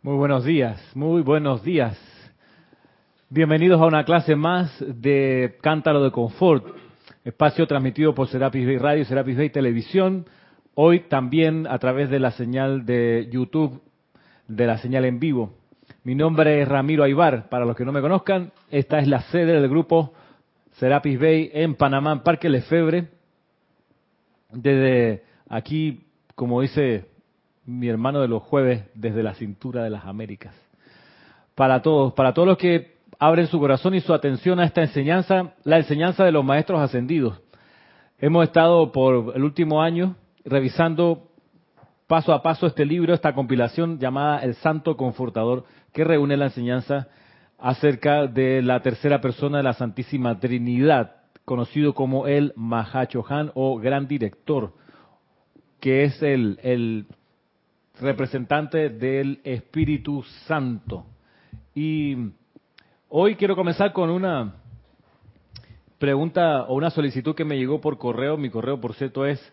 Muy buenos días, muy buenos días. Bienvenidos a una clase más de Cántaro de Confort, espacio transmitido por Serapis Bay Radio y Serapis Bay Televisión. Hoy también a través de la señal de YouTube, de la señal en vivo. Mi nombre es Ramiro Aybar. Para los que no me conozcan, esta es la sede del grupo Serapis Bay en Panamá, en Parque Lefebvre. Desde aquí, como dice mi hermano de los jueves, desde la cintura de las Américas. Para todos los que abren su corazón y su atención a esta enseñanza, la enseñanza de los maestros ascendidos. Hemos estado por el último año revisando paso a paso este libro, esta compilación llamada El Santo Confortador, que reúne la enseñanza acerca de la tercera persona de la Santísima Trinidad, conocido como el Mahachohan o Gran Director, que es el representante del Espíritu Santo. Y hoy quiero comenzar con una pregunta o una solicitud que me llegó por correo. Mi correo, por cierto, es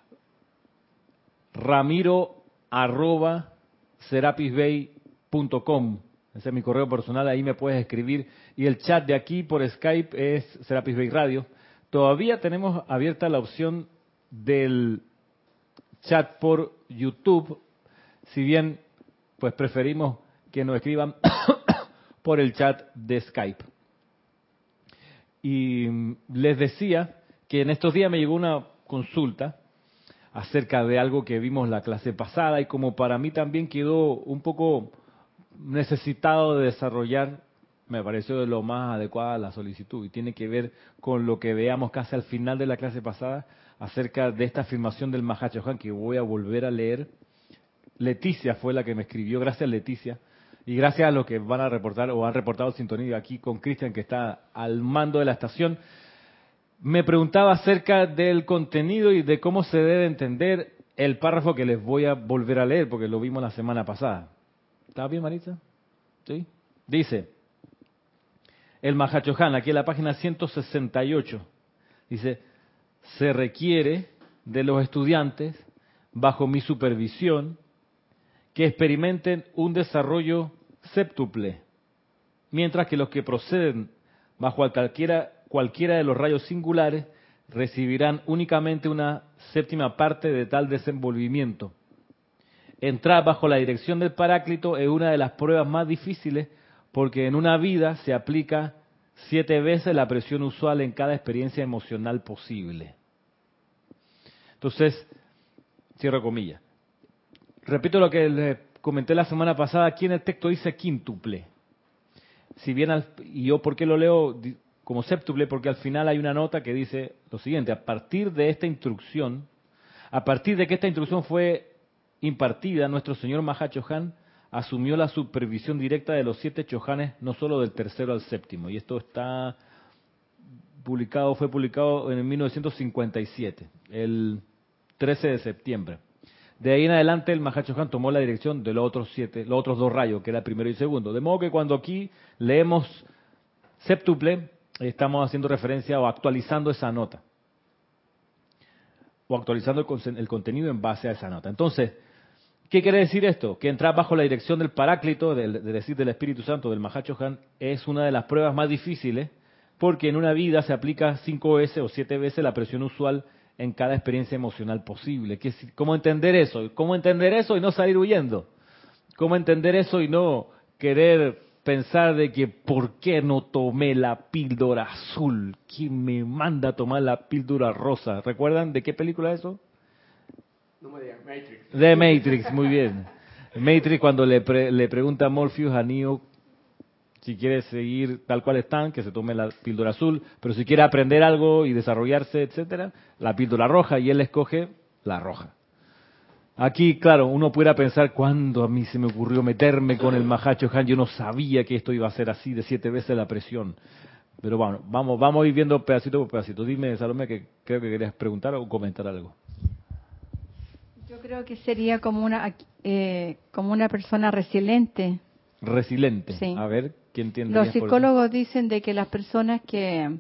ramiro@serapisbay.com. Ese es mi correo personal, ahí me puedes escribir. Y el chat de aquí por Skype es Serapis Bay Radio. Todavía tenemos abierta la opción del chat por YouTube, si bien pues preferimos que nos escriban por el chat de Skype. Y les decía que en estos días me llegó una consulta acerca de algo que vimos la clase pasada y como para mí también quedó un poco necesitado de desarrollar, me pareció de lo más adecuada la solicitud y tiene que ver con lo que veamos casi al final de la clase pasada acerca de esta afirmación del Mahachohan que voy a volver a leer. Leticia fue la que me escribió, gracias Leticia, y gracias a los que van a reportar o han reportado sintonía aquí con Cristian que está al mando de la estación. Me preguntaba acerca del contenido y de cómo se debe entender el párrafo que les voy a volver a leer porque lo vimos la semana pasada. ¿Está bien, Maritza? ¿Sí? Dice, el Mahachohan, aquí en la página 168, dice, se requiere de los estudiantes, bajo mi supervisión, que experimenten un desarrollo séptuple, mientras que los que proceden bajo cualquiera de los rayos singulares recibirán únicamente una séptima parte de tal desenvolvimiento. Entrar bajo la dirección del Paráclito es una de las pruebas más difíciles porque en una vida se aplica 7 veces la presión usual en cada experiencia emocional posible. Entonces, cierro comillas. Repito lo que les comenté la semana pasada, aquí en el texto dice quíntuple. Si bien, y yo por qué lo leo como séptuple, porque al final hay una nota que dice lo siguiente, a partir de esta instrucción, a partir de que esta instrucción fue impartida, nuestro señor Mahachohan asumió la supervisión directa de los 7 chohanes, no solo del tercero al séptimo, y esto está fue publicado en 1957, el 13 de septiembre. De ahí en adelante el Mahachohan tomó la dirección de los otros 2 rayos, que era el primero y el segundo. De modo que cuando aquí leemos séptuple, estamos haciendo referencia o actualizando esa nota. O actualizando el contenido en base a esa nota. Entonces, ¿qué quiere decir esto? Que entrar bajo la dirección del Paráclito, del Espíritu Santo, del Mahachohan, es una de las pruebas más difíciles, porque en una vida se aplica 5 veces o 7 veces la presión usual en cada experiencia emocional posible. ¿Cómo entender eso? ¿Cómo entender eso y no salir huyendo? ¿Cómo entender eso y no querer pensar de que ¿por qué no tomé la píldora azul? ¿Quién me manda a tomar la píldora rosa? ¿Recuerdan de qué película es eso? No me digas, Matrix. De Matrix, muy bien. Matrix cuando le pregunta a Morpheus a Neo si quiere seguir tal cual están, que se tome la píldora azul, pero si quiere aprender algo y desarrollarse, etcétera, la píldora roja, y él escoge la roja. Aquí, claro, uno pudiera pensar, ¿cuándo a mí se me ocurrió meterme con el Mahachohan? Yo no sabía que esto iba a ser así, de 7 veces la presión. Pero bueno, vamos a ir viendo pedacito por pedacito. Dime, Salomé, que creo que querías preguntar o comentar algo. Yo creo que sería como una persona resiliente. Resiliente. Sí. A ver, ¿quién entiende? Los psicólogos dicen de que las personas que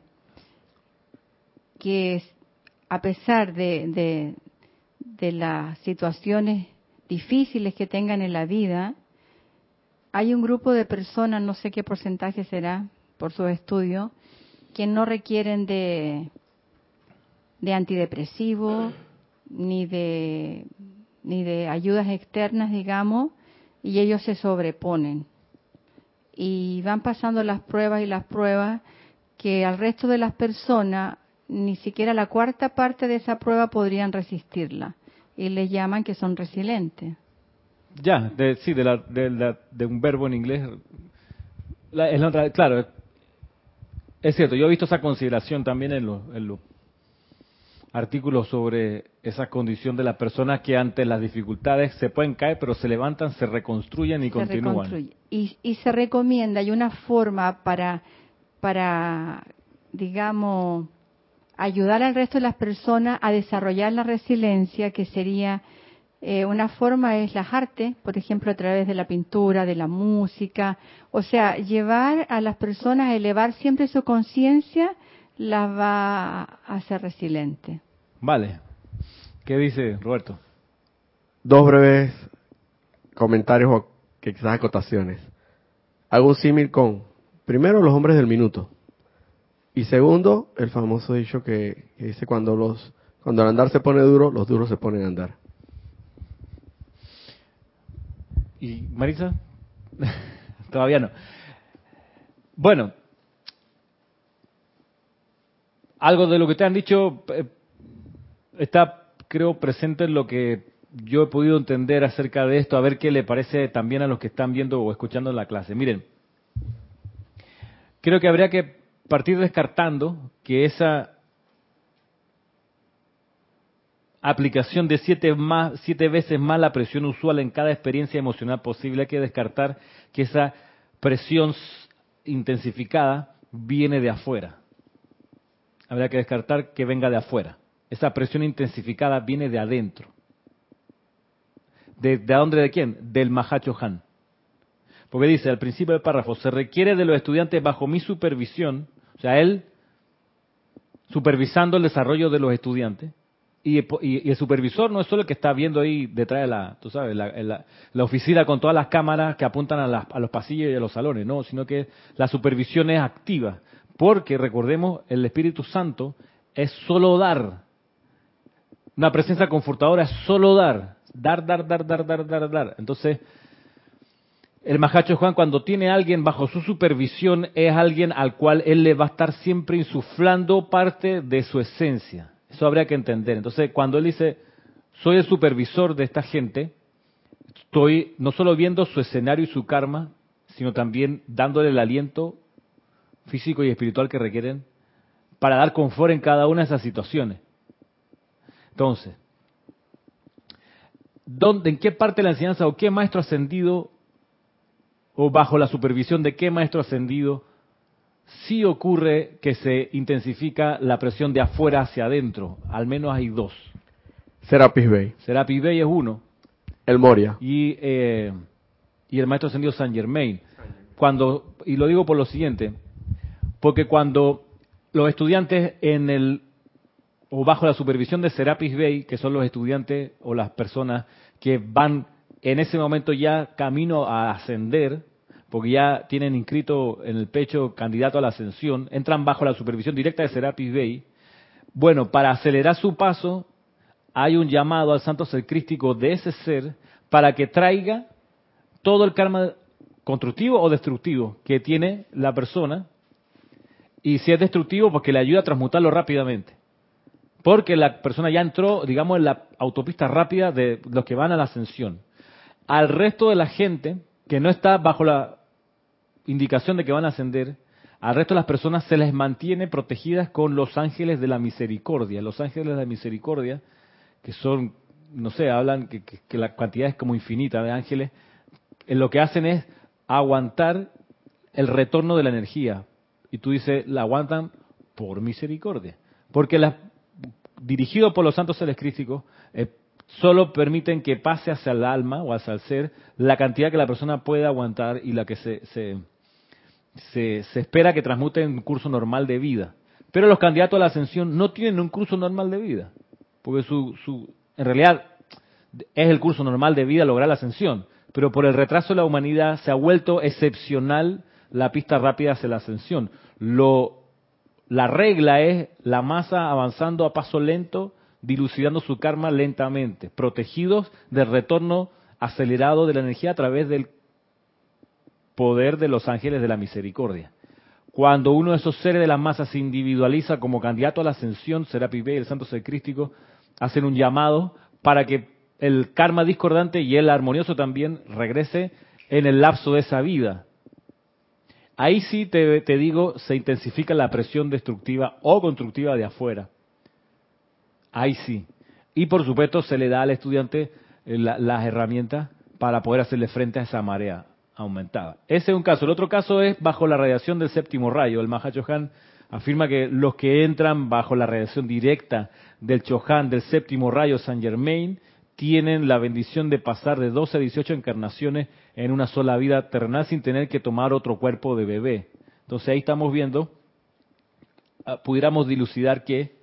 a pesar de las situaciones difíciles que tengan en la vida, hay un grupo de personas, no sé qué porcentaje será por sus estudios, que no requieren de antidepresivos ni de ayudas externas, digamos, y ellos se sobreponen. Y van pasando las pruebas y las pruebas que al resto de las personas ni siquiera la cuarta parte de esa prueba podrían resistirla. Y les llaman que son resilientes. Ya, sí, de un verbo en inglés. Claro, es cierto, yo he visto esa consideración también en los artículos sobre esa condición de las personas que ante las dificultades se pueden caer, pero se levantan, se reconstruyen y continúan. Y se recomienda, hay una forma para, digamos, ayudar al resto de las personas a desarrollar la resiliencia, que sería, una forma es las artes, por ejemplo, a través de la pintura, de la música, o sea, llevar a las personas a elevar siempre su conciencia, las va a hacer resilientes. Vale. ¿Qué dice Roberto? Dos breves comentarios o quizás acotaciones. Hago un símil con, primero, los hombres del minuto. Y segundo, el famoso dicho que dice cuando el andar se pone duro, los duros se ponen a andar. ¿Y Marisa? Todavía no. Bueno, algo de lo que te han dicho está, creo, presente en lo que yo he podido entender acerca de esto, a ver qué le parece también a los que están viendo o escuchando la clase. Miren, creo que habría que partir descartando que esa aplicación de 7 veces más la presión usual en cada experiencia emocional posible, hay que descartar que esa presión intensificada viene de afuera. Habría que descartar que venga de afuera. Esa presión intensificada viene de adentro. ¿De dónde? ¿De quién? Del Mahacho Han. Porque dice al principio del párrafo, se requiere de los estudiantes bajo mi supervisión, o sea, él supervisando el desarrollo de los estudiantes, y el supervisor no es solo el que está viendo ahí detrás de la oficina con todas las cámaras que apuntan a los pasillos y a los salones, no, sino que la supervisión es activa, porque recordemos, el Espíritu Santo es solo dar. Una presencia confortadora es solo dar. Dar. Entonces, el Mahacho Juan, cuando tiene a alguien bajo su supervisión, es alguien al cual él le va a estar siempre insuflando parte de su esencia. Eso habría que entender. Entonces, cuando él dice, soy el supervisor de esta gente, estoy no solo viendo su escenario y su karma, sino también dándole el aliento físico y espiritual que requieren para dar confort en cada una de esas situaciones. Entonces, ¿en qué parte de la enseñanza o qué maestro ascendido o bajo la supervisión de qué maestro ascendido sí ocurre que se intensifica la presión de afuera hacia adentro? Al menos hay dos. Serapis Bey. Serapis Bey es uno. El Moria. Y el maestro ascendido Saint Germain. Y lo digo por lo siguiente, porque cuando los estudiantes o bajo la supervisión de Serapis Bey, que son los estudiantes o las personas que van en ese momento ya camino a ascender, porque ya tienen inscrito en el pecho candidato a la ascensión, entran bajo la supervisión directa de Serapis Bey. Bueno, para acelerar su paso, hay un llamado al santo ser crístico de ese ser para que traiga todo el karma constructivo o destructivo que tiene la persona, y si es destructivo, pues que le ayuda a transmutarlo rápidamente. Porque la persona ya entró, digamos, en la autopista rápida de los que van a la ascensión. Al resto de la gente que no está bajo la indicación de que van a ascender, al resto de las personas se les mantiene protegidas con los ángeles de la misericordia. Los ángeles de la misericordia, que son, no sé, hablan que la cantidad es como infinita de ángeles, lo que hacen es aguantar el retorno de la energía. Y tú dices, la aguantan por misericordia. Porque dirigidos por los santos seres crísticos, solo permiten que pase hacia el alma o hacia el ser la cantidad que la persona puede aguantar y la que se espera que transmute en un curso normal de vida. Pero los candidatos a la ascensión no tienen un curso normal de vida, porque en realidad es el curso normal de vida lograr la ascensión, pero por el retraso de la humanidad se ha vuelto excepcional la pista rápida hacia la ascensión. La regla es la masa avanzando a paso lento, dilucidando su karma lentamente, protegidos del retorno acelerado de la energía a través del poder de los ángeles de la misericordia. Cuando uno de esos seres de la masa se individualiza como candidato a la ascensión, Serapis Bey y el Santo Ser Crístico hacen un llamado para que el karma discordante y el armonioso también regrese en el lapso de esa vida. Ahí sí te digo, se intensifica la presión destructiva o constructiva de afuera. Ahí sí. Y por supuesto se le da al estudiante las herramientas para poder hacerle frente a esa marea aumentada. Ese es un caso. El otro caso es bajo la radiación del séptimo rayo. El Maha Chohan afirma que los que entran bajo la radiación directa del Chohan del séptimo rayo Saint Germain tienen la bendición de pasar de 12 a 18 encarnaciones en una sola vida terrenal sin tener que tomar otro cuerpo de bebé. Entonces ahí estamos viendo, pudiéramos dilucidar que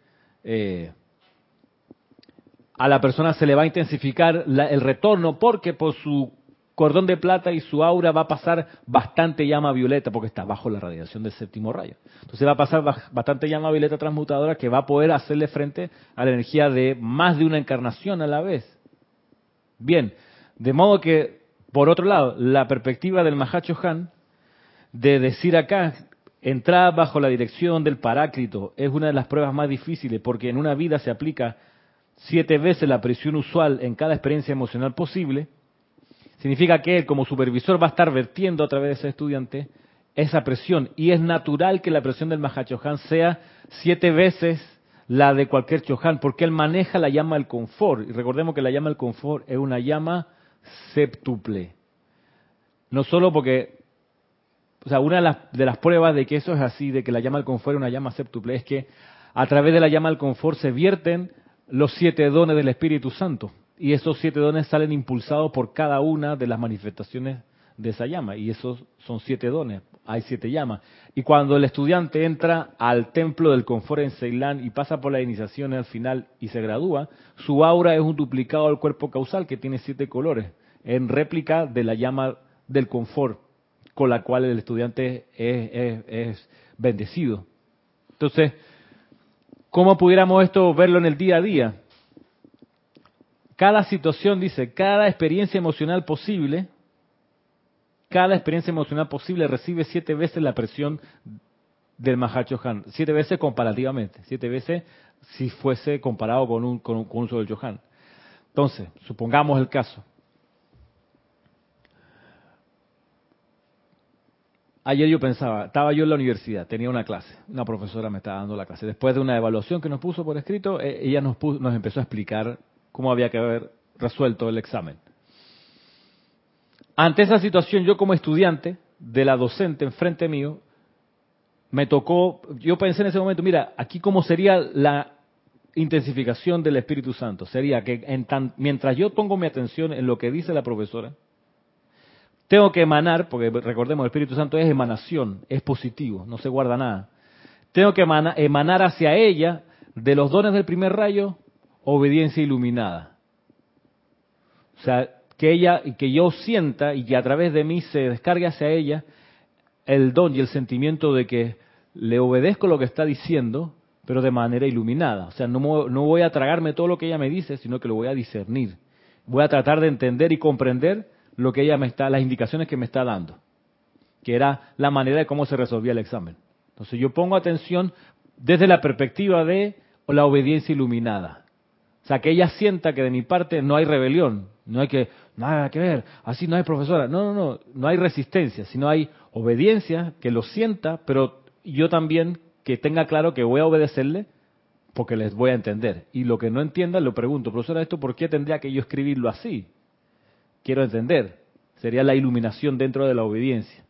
a la persona se le va a intensificar el retorno porque por su cordón de plata y su aura va a pasar bastante llama violeta porque está bajo la radiación del séptimo rayo. Entonces va a pasar bastante llama violeta transmutadora que va a poder hacerle frente a la energía de más de una encarnación a la vez. Bien, de modo que, por otro lado, la perspectiva del Maha Chohan de decir acá, entrar bajo la dirección del Paráclito es una de las pruebas más difíciles porque en una vida se aplica 7 veces la presión usual en cada experiencia emocional posible. Significa que él como supervisor va a estar vertiendo a través de ese estudiante esa presión y es natural que la presión del Maha Chohan sea 7 veces la de cualquier Chohan, porque él maneja la llama del confort. Y recordemos que la llama del confort es una llama séptuple. No solo porque, o sea, una de las pruebas de que eso es así, de que la llama del confort es una llama séptuple, es que a través de la llama del confort se vierten los 7 dones del Espíritu Santo. Y esos 7 dones salen impulsados por cada una de las manifestaciones de esa llama. Y esos son 7 dones. Hay 7 llamas. Y cuando el estudiante entra al templo del confort en Ceilán y pasa por la iniciación al final y se gradúa, su aura es un duplicado del cuerpo causal que tiene 7 colores, en réplica de la llama del confort con la cual el estudiante es bendecido. Entonces, ¿cómo pudiéramos esto verlo en el día a día? Cada situación, dice, cada experiencia emocional posible recibe 7 veces la presión del Maha Chohan, 7 veces comparativamente, 7 veces si fuese comparado con un solo Chohan. Entonces, supongamos el caso. Ayer yo pensaba, estaba yo en la universidad, tenía una clase, una profesora me estaba dando la clase. Después de una evaluación que nos puso por escrito, ella nos empezó a explicar cómo había que haber resuelto el examen. Ante esa situación, yo como estudiante de la docente enfrente mío, me tocó, yo pensé en ese momento, mira, aquí cómo sería la intensificación del Espíritu Santo. Sería que mientras yo pongo mi atención en lo que dice la profesora, tengo que emanar, porque recordemos, el Espíritu Santo es emanación, es positivo, no se guarda nada. Tengo que emanar hacia ella, de los dones del primer rayo, obediencia iluminada. O sea, que yo sienta y que a través de mí se descargue hacia ella el don y el sentimiento de que le obedezco lo que está diciendo, pero de manera iluminada. O sea, no voy a tragarme todo lo que ella me dice, sino que lo voy a discernir. Voy a tratar de entender y comprender lo que ella las indicaciones que me está dando, que era la manera de cómo se resolvía el examen. Entonces yo pongo atención desde la perspectiva de la obediencia iluminada. O sea, que ella sienta que de mi parte no hay rebelión, no hay nada que ver, así no hay profesora. No hay resistencia, sino hay obediencia, que lo sienta, pero yo también que tenga claro que voy a obedecerle porque les voy a entender. Y lo que no entienda, lo pregunto, profesora, ¿esto por qué tendría que yo escribirlo así? Quiero entender. Sería la iluminación dentro de la obediencia.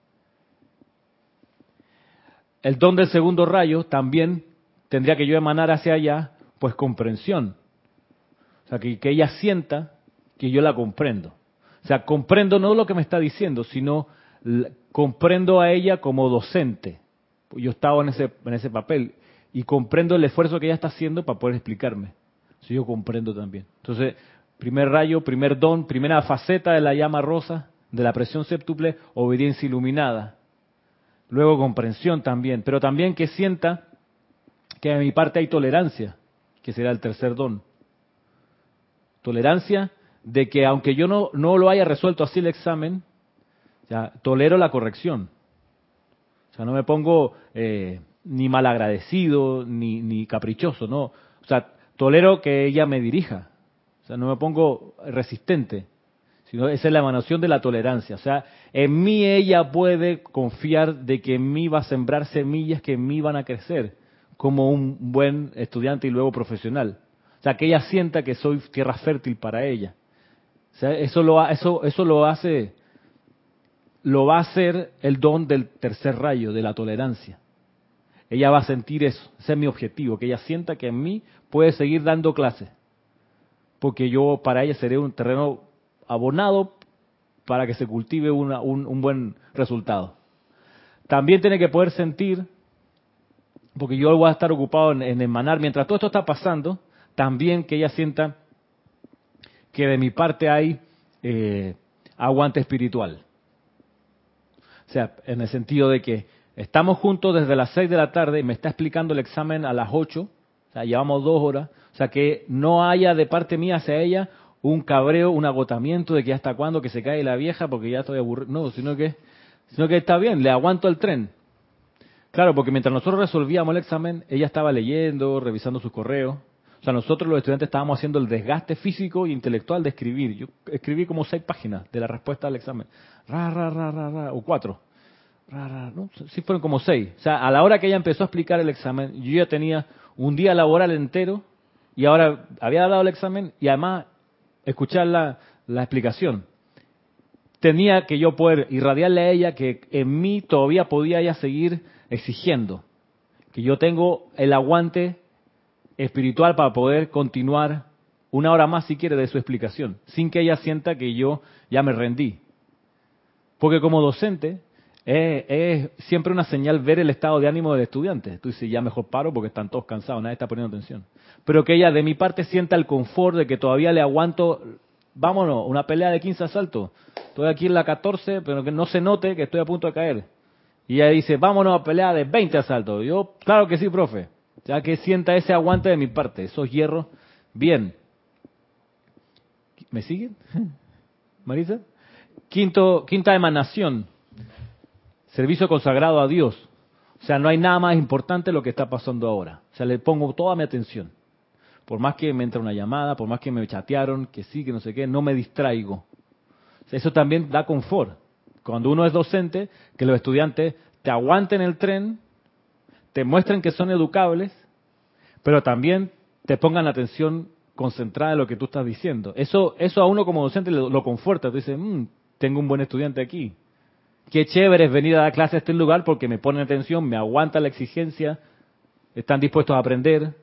El don del segundo rayo también tendría que yo emanar hacia allá, pues comprensión. O sea, que ella sienta que yo la comprendo. O sea, comprendo no lo que me está diciendo, sino comprendo a ella como docente. Yo estaba en ese papel y comprendo el esfuerzo que ella está haciendo para poder explicarme. Yo comprendo también. Entonces, primer rayo, primer don, primera faceta de la llama rosa, de la presión séptuple, obediencia iluminada. Luego comprensión también, pero también que sienta que de mi parte hay tolerancia, que será el tercer don. Tolerancia de que aunque yo no lo haya resuelto así el examen, ya, tolero la corrección. O sea, no me pongo ni malagradecido, ni caprichoso, no. O sea, tolero que ella me dirija. O sea, no me pongo resistente, sino esa es la emanación de la tolerancia. O sea, en mí ella puede confiar de que en mí va a sembrar semillas que en mí van a crecer como un buen estudiante y luego profesional. O sea, que ella sienta que soy tierra fértil para ella. O sea, eso lo hace, lo va a hacer el don del tercer rayo, de la tolerancia. Ella va a sentir eso, ese es mi objetivo, que ella sienta que en mí puede seguir dando clases, porque yo para ella seré un terreno abonado para que se cultive un buen resultado. También tiene que poder sentir, porque yo voy a estar ocupado en emanar, mientras todo esto está pasando, también que ella sienta que de mi parte hay aguante espiritual. O sea, en el sentido de que estamos juntos desde las 6 de la tarde y me está explicando el examen a las 8, o sea, llevamos 2 horas, o sea, que no haya de parte mía hacia ella un cabreo, un agotamiento de que hasta cuándo que se cae la vieja porque ya estoy aburrido. No, sino que está bien, le aguanto el tren. Claro, porque mientras nosotros resolvíamos el examen, ella estaba leyendo, revisando sus correos. O sea, nosotros los estudiantes estábamos haciendo el desgaste físico e intelectual de escribir. Yo escribí como 6 páginas de la respuesta al examen. O 4. ¿No? Sí fueron como 6. O sea, a la hora que ella empezó a explicar el examen, yo ya tenía un día laboral entero y ahora había dado el examen y además escuchar la explicación. Tenía que yo poder irradiarle a ella que en mí todavía podía ella seguir exigiendo, que yo tengo el aguante espiritual para poder continuar 1 hora más si quiere de su explicación, sin que ella sienta que yo ya me rendí. Porque como docente es siempre una señal ver el estado de ánimo del estudiante. Tú dices, ya mejor paro porque están todos cansados, nadie está poniendo atención. Pero que ella de mi parte sienta el confort de que todavía le aguanto, vámonos, una pelea de 15 asaltos. Estoy aquí en la 14, pero que no se note que estoy a punto de caer. Y ella dice, vámonos a pelear de 20 asaltos. Yo, claro que sí, profe. Ya que sienta ese aguante de mi parte, esos hierros, bien. ¿Me siguen? Marisa. Quinta emanación. Servicio consagrado a Dios. O sea, no hay nada más importante lo que está pasando ahora. O sea, le pongo toda mi atención. Por más que me entra una llamada, por más que me chatearon, que sí, que no sé qué, no me distraigo. O sea, eso también da confort. Cuando uno es docente, que los estudiantes te aguanten el tren, te muestren que son educables, pero también te pongan la atención concentrada en lo que tú estás diciendo. Eso a uno como docente lo conforta. Tú dices, tengo un buen estudiante aquí. Qué chévere es venir a dar clase a este lugar porque me ponen atención, me aguanta la exigencia, están dispuestos a aprender.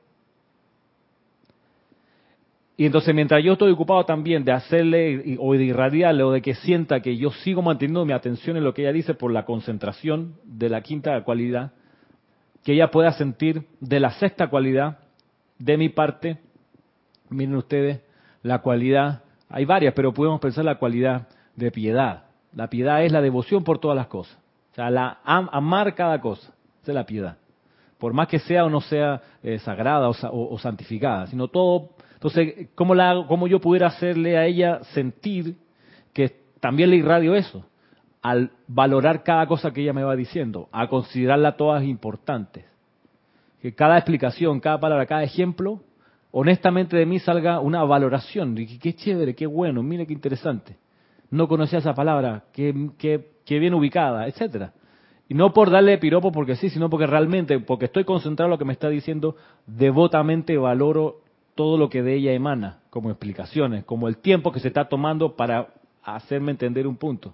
Y entonces mientras yo estoy ocupado también de hacerle o de irradiarle o de que sienta que yo sigo manteniendo mi atención en lo que ella dice por la concentración de la quinta cualidad, que ella pueda sentir de la sexta cualidad, de mi parte, miren ustedes, la cualidad, hay varias, pero podemos pensar la cualidad de piedad. La piedad es la devoción por todas las cosas. O sea, amar cada cosa. Esa es la piedad. Por más que sea o no sea sagrada o santificada, sino todo. Entonces, ¿cómo yo pudiera hacerle a ella sentir que también le irradio eso? Al valorar cada cosa que ella me va diciendo, a considerarla todas importantes. Que cada explicación, cada palabra, cada ejemplo, honestamente de mí salga una valoración. Y qué chévere, qué bueno, mire qué interesante. No conocía esa palabra, qué bien ubicada, etcétera. Y no por darle piropo porque sí, sino porque realmente, porque estoy concentrado en lo que me está diciendo, devotamente valoro todo lo que de ella emana, como explicaciones, como el tiempo que se está tomando para hacerme entender un punto.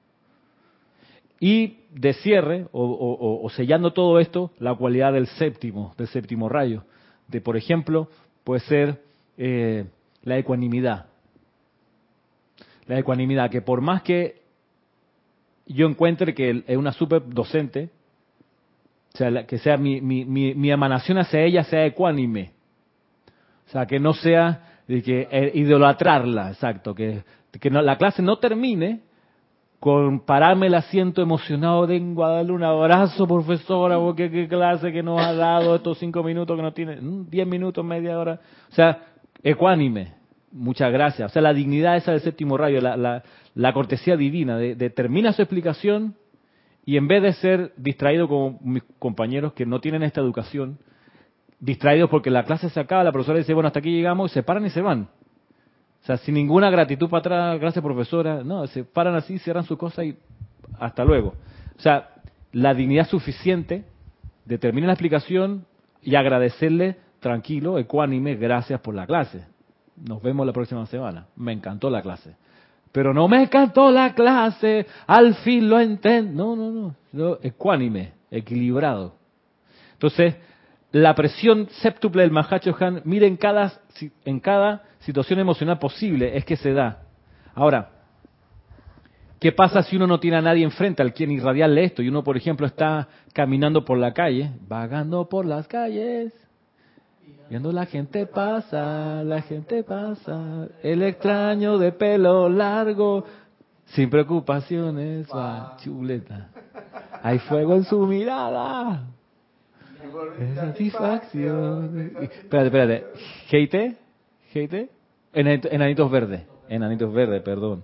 Y de cierre, o sellando todo esto, la cualidad del séptimo rayo. De, por ejemplo, puede ser la ecuanimidad. La ecuanimidad, que por más que yo encuentre que es una super docente, o sea, que sea mi emanación hacia ella sea ecuánime. O sea, que no sea de que idolatrarla, exacto, que la clase no termine con pararme el asiento emocionado, vengo a darle un abrazo, profesora, porque qué clase que nos ha dado estos 5 minutos que no tiene, 10 minutos, media hora. O sea, ecuánime, muchas gracias. O sea, la dignidad esa del séptimo rayo, la cortesía divina, de termina su explicación y en vez de ser distraído como mis compañeros que no tienen esta educación, distraídos porque la clase se acaba, la profesora dice, bueno, hasta aquí llegamos, y se paran y se van. O sea, sin ninguna gratitud para atrás, gracias profesora, no, se paran así, cierran su cosa y hasta luego. O sea, la dignidad suficiente de terminar la explicación y agradecerle tranquilo, ecuánime, gracias por la clase. Nos vemos la próxima semana. Me encantó la clase. Pero no me encantó la clase, al fin lo entendí. No, ecuánime, equilibrado. Entonces, la presión séptuple del Mahachohan, mire en cada situación emocional posible es que se da. Ahora, ¿qué pasa si uno no tiene a nadie enfrente al quien irradiarle esto? Y uno, por ejemplo, está caminando por la calle, vagando por las calles, viendo la gente pasa, el extraño de pelo largo, sin preocupaciones, va, chuleta. Hay fuego en su mirada. Es satisfacción. Espérate. ¿Heite? Enanitos verdes, perdón.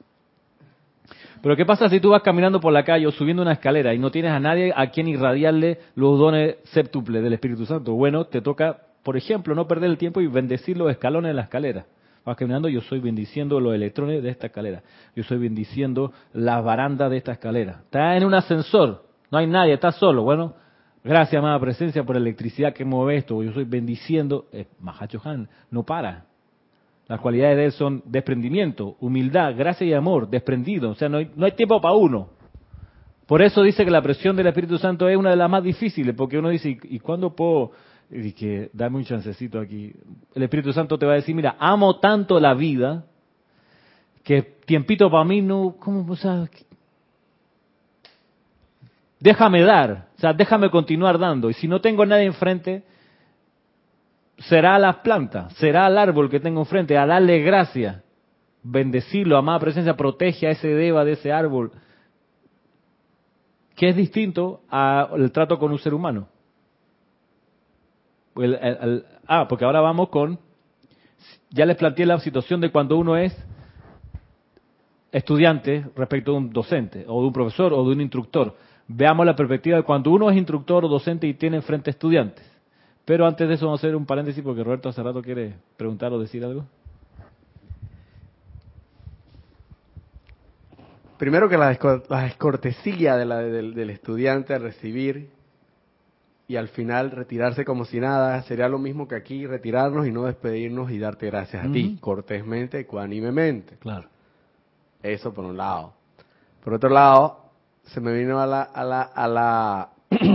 Pero ¿qué pasa si tú vas caminando por la calle o subiendo una escalera y no tienes a nadie a quien irradiarle los dones séptuples del Espíritu Santo? Bueno, te toca, por ejemplo, no perder el tiempo y bendecir los escalones de la escalera. Vas caminando, yo estoy bendiciendo los electrones de esta escalera. Yo estoy bendiciendo las barandas de esta escalera. Estás en un ascensor, no hay nadie, estás solo. Bueno, gracias, amada presencia, por la electricidad que mueve esto. Yo estoy bendiciendo. Mahachohan no para. Las cualidades de él son desprendimiento, humildad, gracia y amor, desprendido. O sea, no hay tiempo para uno. Por eso dice que la presión del Espíritu Santo es una de las más difíciles, porque uno dice, ¿y cuándo puedo? Y que dame un chancecito aquí. El Espíritu Santo te va a decir, mira, amo tanto la vida que tiempito para mí no, ¿cómo? O sea, déjame dar, o sea, déjame continuar dando. Y si no tengo a nadie enfrente, será las plantas, será el árbol que tengo enfrente, a darle gracias, bendecirlo, amada presencia, protege a ese deva de ese árbol, que es distinto al trato con un ser humano. Porque ahora vamos con, ya les planteé la situación de cuando uno es estudiante respecto de un docente, o de un profesor, o de un instructor. Veamos la perspectiva de cuando uno es instructor o docente y tiene enfrente estudiantes. Pero antes de eso vamos a hacer un paréntesis porque Roberto hace rato quiere preguntar o decir algo. Primero que la descortesía del estudiante al recibir y al final retirarse como si nada, sería lo mismo que aquí retirarnos y no despedirnos y darte gracias a ti, cortésmente, ecuánimemente. Claro. Eso por un lado. Por otro lado, se me vino a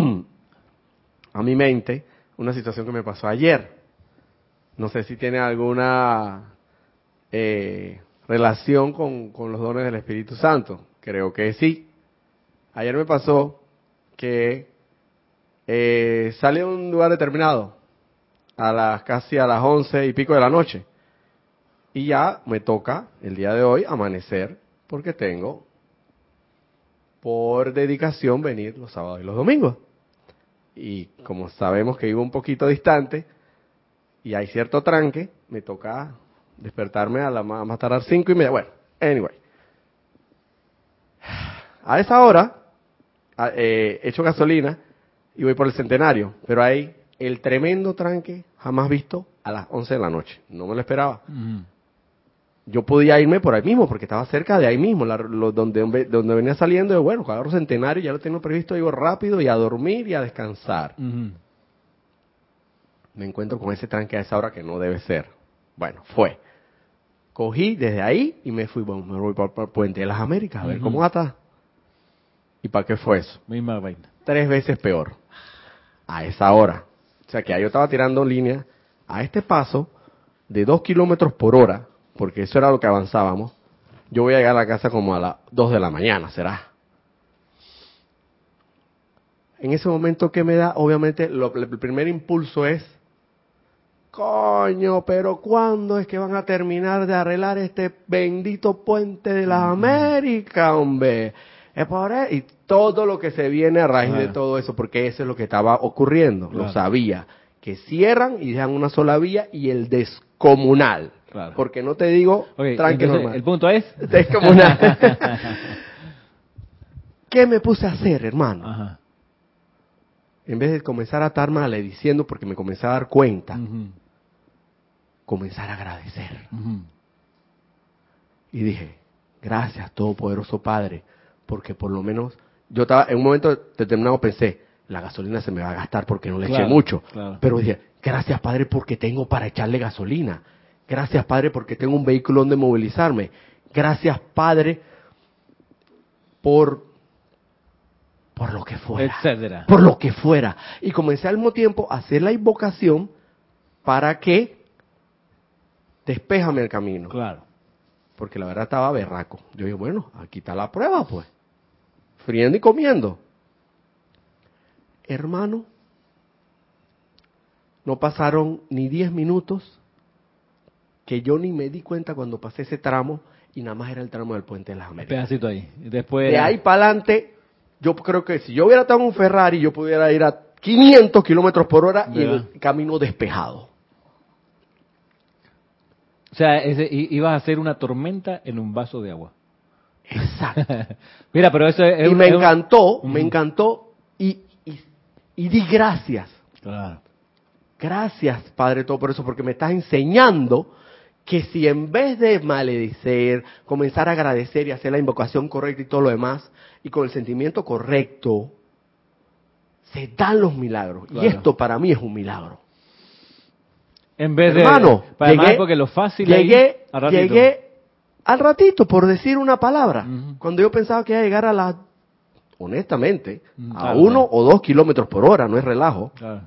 mi mente una situación que me pasó ayer. No sé si tiene alguna relación con los dones del Espíritu Santo. Creo que sí. Ayer me pasó que salí a un lugar determinado casi a las 11 y pico de la noche. Y ya me toca el día de hoy amanecer porque tengo por dedicación venir los sábados y los domingos. Y como sabemos que vivo un poquito distante y hay cierto tranque, me toca despertarme a más tardar 5:30. Bueno, anyway. A esa hora echo gasolina y voy por el Centenario, pero hay el tremendo tranque jamás visto a las 11 de la noche. No me lo esperaba. Yo podía irme por ahí mismo, porque estaba cerca de ahí mismo, donde venía saliendo. Y bueno, agarro Centenario, ya lo tengo previsto, digo rápido y a dormir y a descansar. Me encuentro con ese tranque a esa hora que no debe ser. Bueno, fue. Cogí desde ahí y me voy por el Puente de las Américas a ver cómo está. ¿Y para qué fue eso? Misma vaina. 3 veces peor. A esa hora. O sea que ahí yo estaba tirando línea a este paso de 2 kilómetros por hora, porque eso era lo que avanzábamos. Yo voy a llegar a la casa como a las 2 de la mañana, será. En ese momento que me da, obviamente, el primer impulso es coño, pero ¿cuándo es que van a terminar de arreglar este bendito puente de las Américas, hombre? Es por eso. Y todo lo que se viene a raíz de todo eso, porque eso es lo que estaba ocurriendo, lo sabía, que cierran y dejan una sola vía y el descomunal. Claro. Porque no te digo tranque normal. El punto es descomunal. ¿Qué me puse a hacer, hermano? Ajá. En vez de comenzar a estar malediciendo porque me comencé a dar cuenta, comenzar a agradecer. Y dije, gracias, Todopoderoso Padre, porque por lo menos, yo estaba, en un momento determinado pensé, la gasolina se me va a gastar porque no le eché mucho. Claro. Pero dije, gracias, Padre, porque tengo para echarle gasolina. Gracias, Padre, porque tengo un vehículo donde movilizarme. Gracias, Padre, por lo que fuera, etcétera. Por lo que fuera. Y comencé al mismo tiempo a hacer la invocación para que despéjame el camino. Claro. Porque la verdad estaba berraco. Yo dije, bueno, aquí está la prueba, pues. Friendo y comiendo. Hermano, no pasaron ni 10 minutos que yo ni me di cuenta cuando pasé ese tramo y nada más era el tramo del Puente de las Américas. Pedacito ahí. Después de ahí para adelante, yo creo que si yo hubiera estado en un Ferrari, yo pudiera ir a 500 kilómetros por hora y el camino despejado. O sea, ibas a hacer una tormenta en un vaso de agua. Exacto. Mira, pero eso es... Y me encantó y di gracias. Claro. Gracias, Padre Todopoderoso, porque me estás enseñando que si en vez de maledecer, comenzar a agradecer y hacer la invocación correcta y todo lo demás, y con el sentimiento correcto, se dan los milagros. Claro. Y esto para mí es un milagro. En vez hermano, de... Llegué, porque lo fácil llegué al ratito, por decir una palabra, cuando yo pensaba que iba a llegar a la... Honestamente, a 1 o 2 kilómetros por hora, no es relajo. Claro.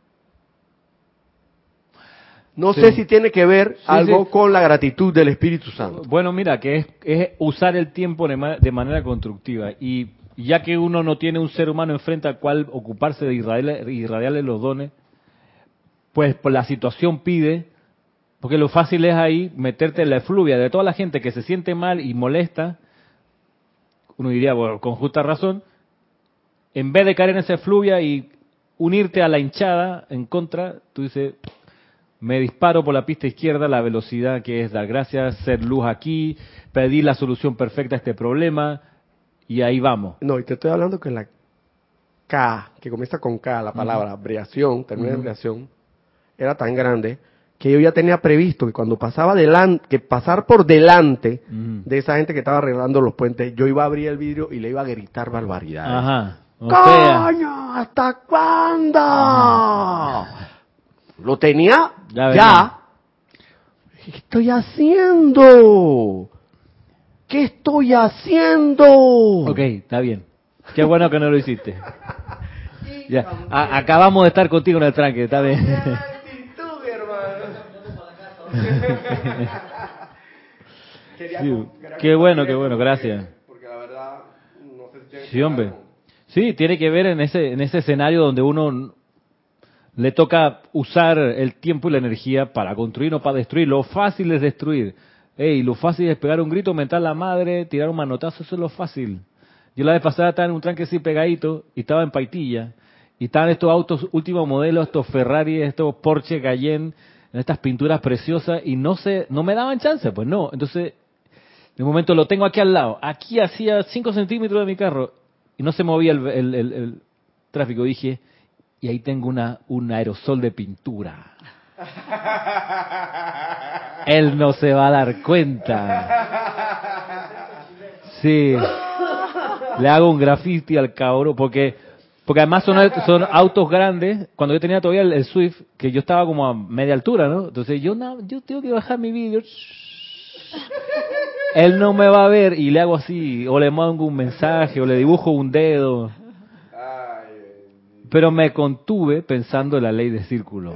No sé si tiene que ver algo con la gratitud del Espíritu Santo. Bueno, mira, que es usar el tiempo de manera constructiva. Y ya que uno no tiene un ser humano enfrente al cual ocuparse de irradiarle los dones, pues la situación pide, porque lo fácil es ahí meterte en la efluvia de toda la gente que se siente mal y molesta. Uno diría, bueno, con justa razón, en vez de caer en esa efluvia y unirte a la hinchada en contra, tú dices... Me disparo por la pista izquierda, la velocidad que es dar gracias, ser luz aquí, pedir la solución perfecta a este problema, y ahí vamos. No, y te estoy hablando que la K, que comienza con K, la palabra, abreviación, término de abreviación, era tan grande que yo ya tenía previsto que cuando pasaba que pasar por delante de esa gente que estaba arreglando los puentes, yo iba a abrir el vidrio y le iba a gritar barbaridades. Ajá. ¡Coño! ¿Hasta cuándo? Lo tenía ya. ¿Qué estoy haciendo? ¿Qué estoy haciendo? Ok, está bien. Qué bueno que no lo hiciste. Ya, acabamos de estar contigo en el tranque, está bien. Sí, qué bueno, gracias. Porque la verdad, no sé si sí, hombre. Sí, tiene que ver en ese escenario donde uno le toca usar el tiempo y la energía para construir, no para destruir. Lo fácil es destruir. Lo fácil es pegar un grito, mentar la madre, tirar un manotazo, eso es lo fácil. Yo la vez pasada estaba en un tranque así pegadito y estaba en Paitilla. Y estaban estos autos último modelo, estos Ferrari, estos Porsche Cayenne, en estas pinturas preciosas y no me daban chance, pues no. Entonces, de un momento lo tengo aquí al lado. Aquí hacía 5 centímetros de mi carro y no se movía el tráfico. Dije... Y ahí tengo un aerosol de pintura. Él no se va a dar cuenta. Sí. Le hago un graffiti al cabrón, porque además son autos grandes. Cuando yo tenía todavía el Swift, que yo estaba como a media altura, ¿no? Entonces yo tengo que bajar mi vídeo. Él no me va a ver y le hago así, o le mando un mensaje, o le dibujo un dedo. Pero me contuve pensando en la ley de círculo.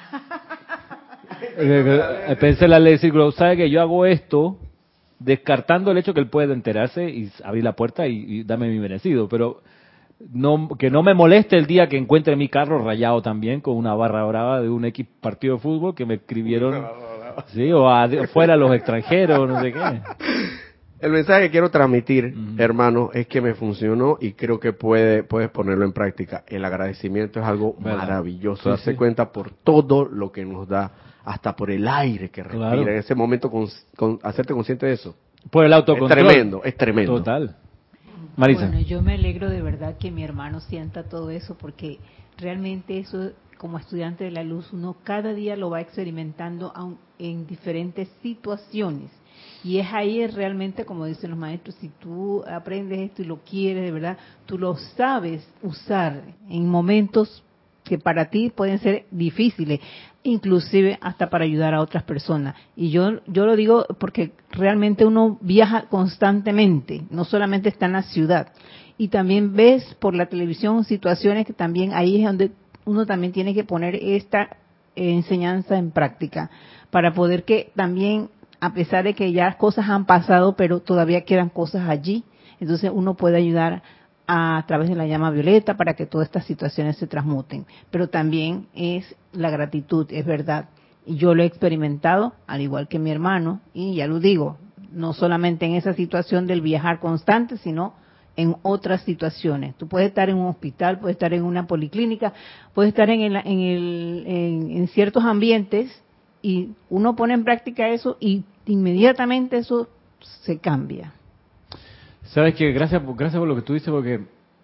Pensé en la ley de círculo. ¿Sabe que yo hago esto descartando el hecho que él puede enterarse y abrir la puerta y darme mi merecido? Pero que no me moleste el día que encuentre mi carro rayado también con una barra brava de un X partido de fútbol que me escribieron, sí, o fuera los extranjeros, no sé qué. El mensaje que quiero transmitir, hermano, es que me funcionó y creo que puedes ponerlo en práctica. El agradecimiento es algo maravilloso. Darse cuenta por todo lo que nos da, hasta por el aire que respira. En ese momento, hacerte consciente de eso. Por el autocontrol. Es tremendo. Total. Marisa. Bueno, yo me alegro de verdad que mi hermano sienta todo eso, porque realmente eso, como estudiante de la luz, uno cada día lo va experimentando en diferentes situaciones. Y es ahí realmente, como dicen los maestros, si tú aprendes esto y lo quieres de verdad, tú lo sabes usar en momentos que para ti pueden ser difíciles, inclusive hasta para ayudar a otras personas. Y yo lo digo porque realmente uno viaja constantemente, no solamente está en la ciudad. Y también ves por la televisión situaciones que también ahí es donde uno también tiene que poner esta enseñanza en práctica, para poder que también, a pesar de que ya cosas han pasado, pero todavía quedan cosas allí, entonces uno puede ayudar a través de la llama violeta para que todas estas situaciones se transmuten. Pero también es la gratitud, es verdad. Y yo lo he experimentado, al igual que mi hermano, y ya lo digo, no solamente en esa situación del viajar constante, sino en otras situaciones. Tú puedes estar en un hospital, puedes estar en una policlínica, puedes estar en ciertos ambientes, y uno pone en práctica eso y inmediatamente eso se cambia. Sabes que gracias por lo que tú dices, porque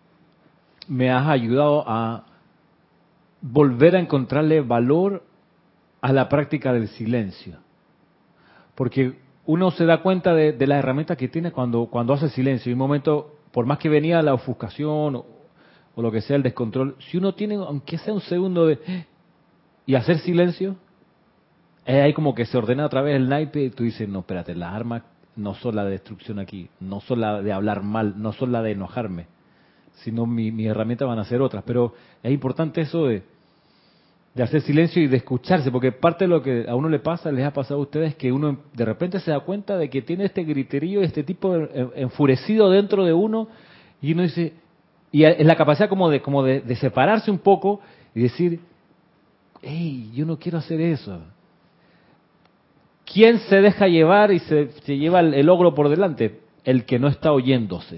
me has ayudado a volver a encontrarle valor a la práctica del silencio. Porque uno se da cuenta de las herramientas que tiene cuando hace silencio. Y un momento, por más que venía la ofuscación o lo que sea, el descontrol, si uno tiene, aunque sea un segundo y hacer silencio, ahí como que se ordena otra vez el naipe y tú dices, no, espérate, las armas no son la de destrucción aquí, no son la de hablar mal, no son la de enojarme, sino mis herramientas van a ser otras. Pero es importante eso de hacer silencio y de escucharse, porque parte de lo que a uno le pasa, les ha pasado a ustedes, que uno de repente se da cuenta de que tiene este griterío, este tipo enfurecido dentro de uno, y uno dice, y es la capacidad como de separarse un poco y decir, hey, yo no quiero hacer eso. ¿Quién se deja llevar y se lleva el ogro por delante? El que no está oyéndose.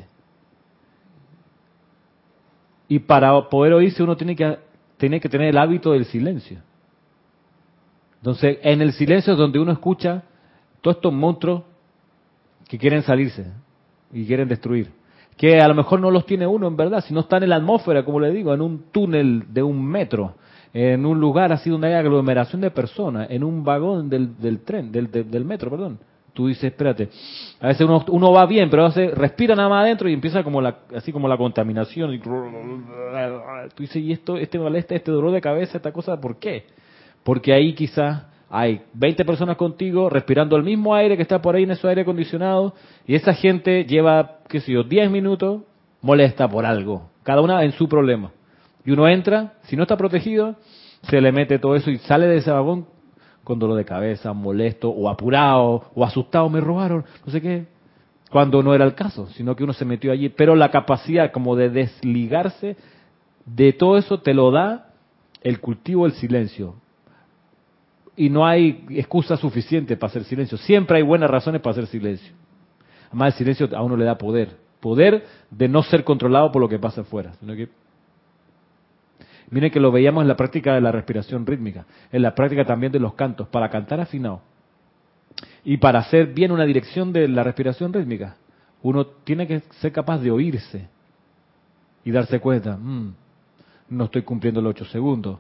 Y para poder oírse uno tiene que tener el hábito del silencio. Entonces, en el silencio es donde uno escucha todos estos monstruos que quieren salirse y quieren destruir. Que a lo mejor no los tiene uno en verdad, sino están en la atmósfera, como le digo, en un túnel de 1 metro. En un lugar así donde hay aglomeración de personas, en un vagón del tren, del metro, perdón. Tú dices, espérate, a veces uno va bien, pero a veces respira nada más adentro y empieza así como la contaminación. Y tú dices, ¿y este malestar, este dolor de cabeza, esta cosa, por qué? Porque ahí quizás hay 20 personas contigo respirando el mismo aire que está por ahí en ese aire acondicionado, y esa gente lleva, qué sé yo, 10 minutos molesta por algo, cada una en su problema. Y uno entra, si no está protegido, se le mete todo eso y sale de ese vagón con dolor de cabeza, molesto, o apurado, o asustado, me robaron, no sé qué. Cuando no era el caso, sino que uno se metió allí. Pero la capacidad como de desligarse de todo eso te lo da el cultivo del silencio. Y no hay excusa suficiente para hacer silencio. Siempre hay buenas razones para hacer silencio. Además, el silencio a uno le da poder. Poder de no ser controlado por lo que pasa afuera, sino que miren que lo veíamos en la práctica de la respiración rítmica, en la práctica también de los cantos, para cantar afinado y para hacer bien una dirección de la respiración rítmica, uno tiene que ser capaz de oírse y darse cuenta, no estoy cumpliendo los 8 segundos,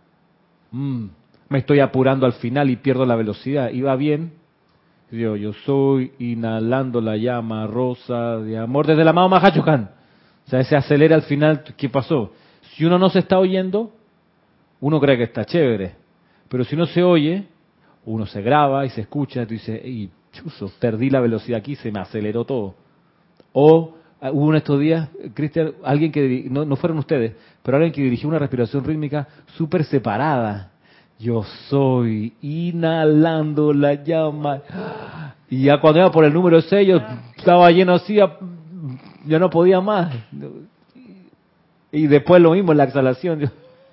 me estoy apurando al final y pierdo la velocidad, y va bien, yo soy inhalando la llama rosa de amor desde el amado Mahachohan, o sea, se acelera al final, ¿qué pasó? Si uno no se está oyendo, uno cree que está chévere. Pero si no se oye, uno se graba y se escucha y dice, ¡ey, chuzo! Perdí la velocidad aquí, se me aceleró todo. O hubo en estos días, Cristian, alguien que, no fueron ustedes, pero alguien que dirigió una respiración rítmica súper separada. Yo soy inhalando la llama. Y ya cuando iba por el número 6, yo estaba lleno así, ya no podía más. Y después lo mismo en la exhalación.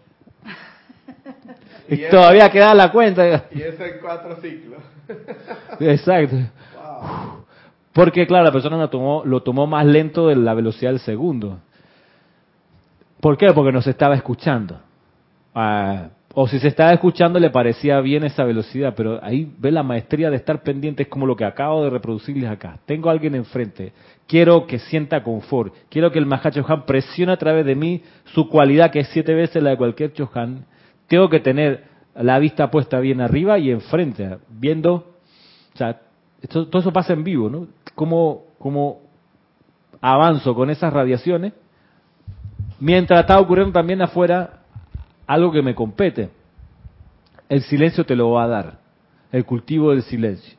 Y todavía queda la cuenta. Y eso en 4 ciclos. Exacto. Wow. Porque, claro, la persona lo tomó más lento de la velocidad del segundo. ¿Por qué? Porque no se estaba escuchando. O si se estaba escuchando le parecía bien esa velocidad, pero ahí ve la maestría de estar pendiente, es como lo que acabo de reproducirles acá. Tengo a alguien enfrente, quiero que sienta confort, quiero que el Mahacho Han presione a través de mí su cualidad, que es 7 veces la de cualquier Chohan. Tengo que tener la vista puesta bien arriba y enfrente, viendo, o sea, todo eso pasa en vivo, ¿no? Cómo avanzo con esas radiaciones, mientras está ocurriendo también afuera algo que me compete. El silencio te lo va a dar, el cultivo del silencio.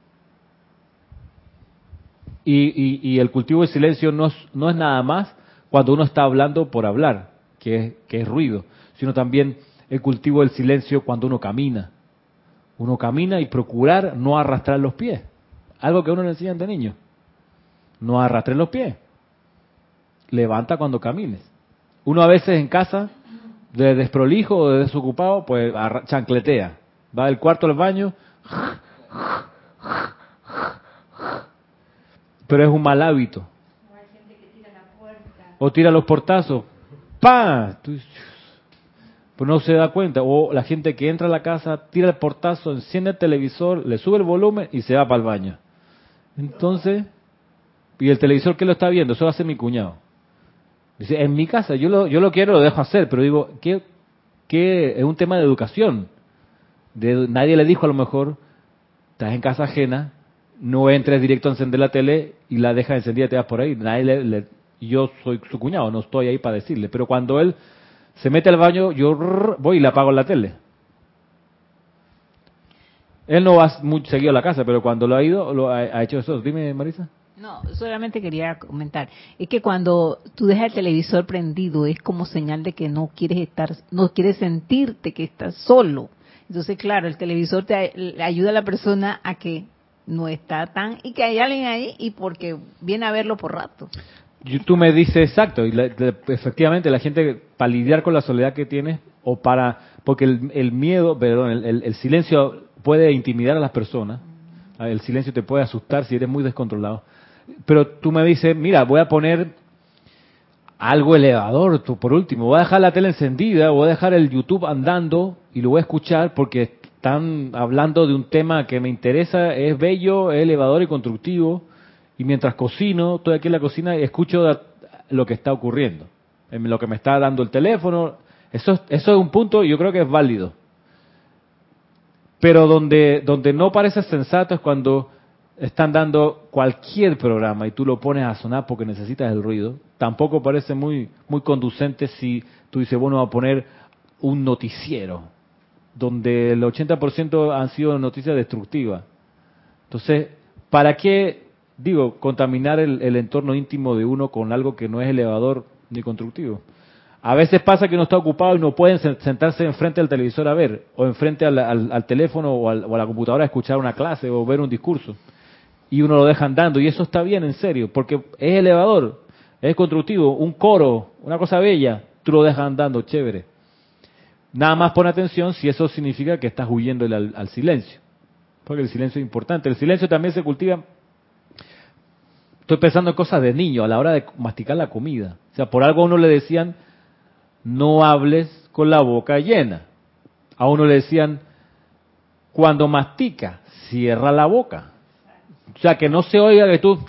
Y el cultivo del silencio no es nada más cuando uno está hablando por hablar, que es ruido, sino también el cultivo del silencio cuando uno camina. Uno camina y procurar no arrastrar los pies. Algo que a uno le enseñan de niño. No arrastres los pies. Levanta cuando camines. Uno a veces en casa, de desprolijo o de desocupado, pues chancletea. Va del cuarto al baño, pero es un mal hábito. O tira los portazos, ¡pam! Pues no se da cuenta. O la gente que entra a la casa, tira el portazo, enciende el televisor, le sube el volumen y se va para el baño. Entonces, ¿y el televisor qué lo está viendo? Eso va a ser mi cuñado. Dice, en mi casa, yo lo quiero, lo dejo hacer, pero digo, ¿qué es un tema de educación? Nadie le dijo a lo mejor, estás en casa ajena, no entres directo a encender la tele y la dejas encendida y te vas por ahí. Yo soy su cuñado, no estoy ahí para decirle. Pero cuando él se mete al baño, yo voy y le apago la tele. Él no va muy seguido a la casa, pero cuando lo ha ido, lo ha hecho eso. Dime, Marisa. No, solamente quería comentar, es que cuando tú dejas el televisor prendido es como señal de que no quieres sentirte que estás solo. Entonces, claro, el televisor le ayuda a la persona a que no está tan, y que hay alguien ahí y porque viene a verlo por rato. Tú me dices exacto, y efectivamente la gente para lidiar con la soledad que tiene, porque el miedo, perdón, el silencio puede intimidar a las personas, el silencio te puede asustar si eres muy descontrolado. Pero tú me dices, mira, voy a poner algo elevador, por último, voy a dejar la tele encendida, voy a dejar el YouTube andando y lo voy a escuchar porque están hablando de un tema que me interesa, es bello, es elevador y constructivo, y mientras cocino, estoy aquí en la cocina y escucho lo que está ocurriendo, en lo que me está dando el teléfono. Eso es un punto, yo creo que es válido. Pero donde no parece sensato es cuando están dando cualquier programa y tú lo pones a sonar porque necesitas el ruido. Tampoco parece muy conducente si tú dices, bueno, voy a poner un noticiero, donde el 80% han sido noticias destructivas. Entonces, ¿para qué, contaminar el entorno íntimo de uno con algo que no es elevador ni constructivo? A veces pasa que uno está ocupado y no pueden sentarse enfrente del televisor a ver, o enfrente al teléfono o a la computadora a escuchar una clase o ver un discurso. Y uno lo deja andando, y eso está bien, en serio, porque es elevador, es constructivo, un coro, una cosa bella, tú lo dejas andando, chévere. Nada más pon atención si eso significa que estás huyendo al silencio, porque el silencio es importante. El silencio también se cultiva, estoy pensando en cosas de niño, a la hora de masticar la comida. O sea, por algo a uno le decían, no hables con la boca llena. A uno le decían, cuando mastica, cierra la boca. O sea, que no se oiga que tú...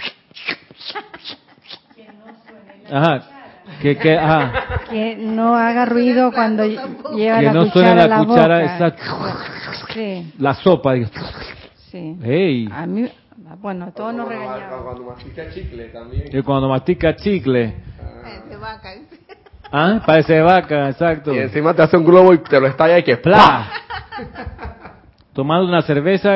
Ajá. Ajá. Que no haga ruido cuando lleva que la no cuchara suene a la la cuchara, boca. exacto. Sí, La sopa. Digo. sí. Hey. A mí, bueno, todos nos regañaban. Cuando mastica chicle también. Y cuando mastica chicle. De vaca. Ah, parece vaca, exacto. Y encima te hace un globo y te lo estalla y que ¡Pla! Tomando una cerveza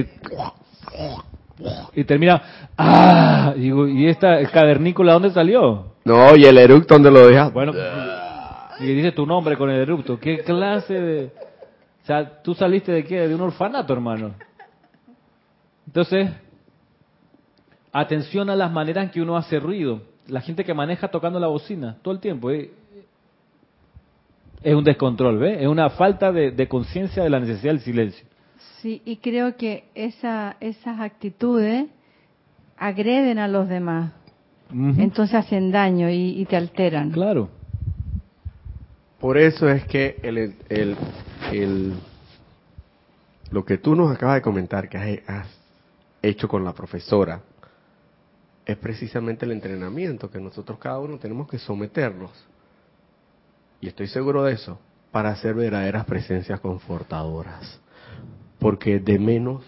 y termina. ¡Ah! Digo, ¿y esta cavernícola dónde salió? No, y el eructo donde lo dejas. Bueno, y dice tu nombre con el erupto. ¿Qué clase de...? O sea, ¿tú saliste de qué? De un orfanato, hermano. Entonces, atención a las maneras en que uno hace ruido. La gente que maneja tocando la bocina todo el tiempo. Es un descontrol, ¿ves? Es una falta de conciencia de la necesidad del silencio. Sí, y creo que esas actitudes agreden a los demás. Ujú. Entonces hacen daño y te alteran. Claro. Por eso es que lo que tú nos acabas de comentar, que has hecho con la profesora, es precisamente el entrenamiento que nosotros cada uno tenemos que someternos. Y estoy seguro de eso, para ser verdaderas presencias confortadoras. Porque de menos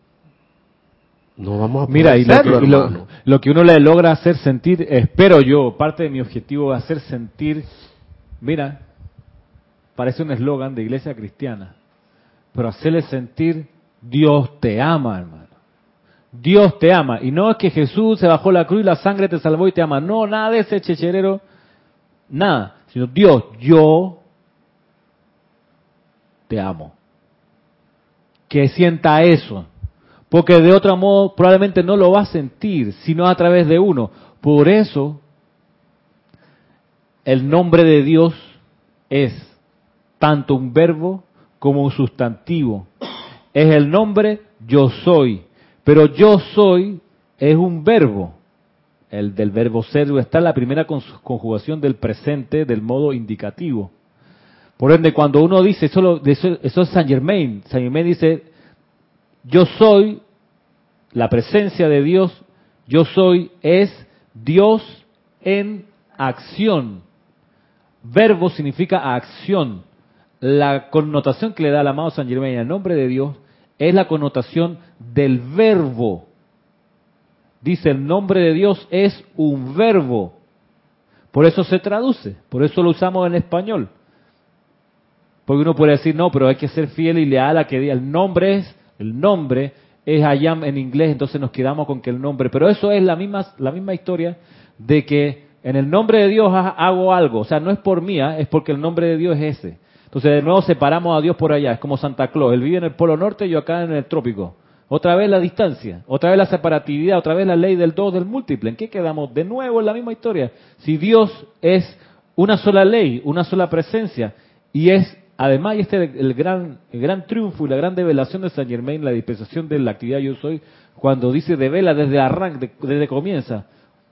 no vamos a poder Mira, y hacerlo, lo que uno le logra hacer sentir, espero yo, parte de mi objetivo es hacer sentir, mira, parece un eslogan de iglesia cristiana, pero hacerle sentir, Dios te ama, hermano. Dios te ama. Y no es que Jesús se bajó la cruz y la sangre te salvó y te ama. No, nada de ese checherero, nada. Sino Dios, yo te amo. Que sienta eso. Porque de otro modo probablemente no lo va a sentir, sino a través de uno. Por eso, el nombre de Dios es tanto un verbo como un sustantivo. Es el nombre yo soy. Pero yo soy es un verbo. El del verbo ser está en la primera conjugación del presente del modo indicativo. Por ende, cuando uno dice, eso es Saint Germain. Saint Germain dice, yo soy la presencia de Dios, yo soy es Dios en acción. Verbo significa acción. La connotación que le da el amado Saint Germain al nombre de Dios es la connotación del verbo. Dice, el nombre de Dios es un verbo. Por eso se traduce, por eso lo usamos en español. Porque uno puede decir, no, pero hay que ser fiel y leal a que diga, el nombre es Ayam en inglés, entonces nos quedamos con que el nombre. Pero eso es la misma historia de que en el nombre de Dios hago algo. O sea, no es por mía, es porque el nombre de Dios es ese. Entonces de nuevo separamos a Dios por allá, es como Santa Claus. Él vive en el Polo Norte y yo acá en el Trópico. Otra vez la distancia, otra vez la separatividad, otra vez la ley del dos del múltiple. ¿En qué quedamos? De nuevo en la misma historia. Si Dios es una sola ley, una sola presencia, y es, además, y este es el gran triunfo y la gran develación de Saint Germain, la dispensación de la actividad yo soy, cuando dice devela desde arranque, desde comienza.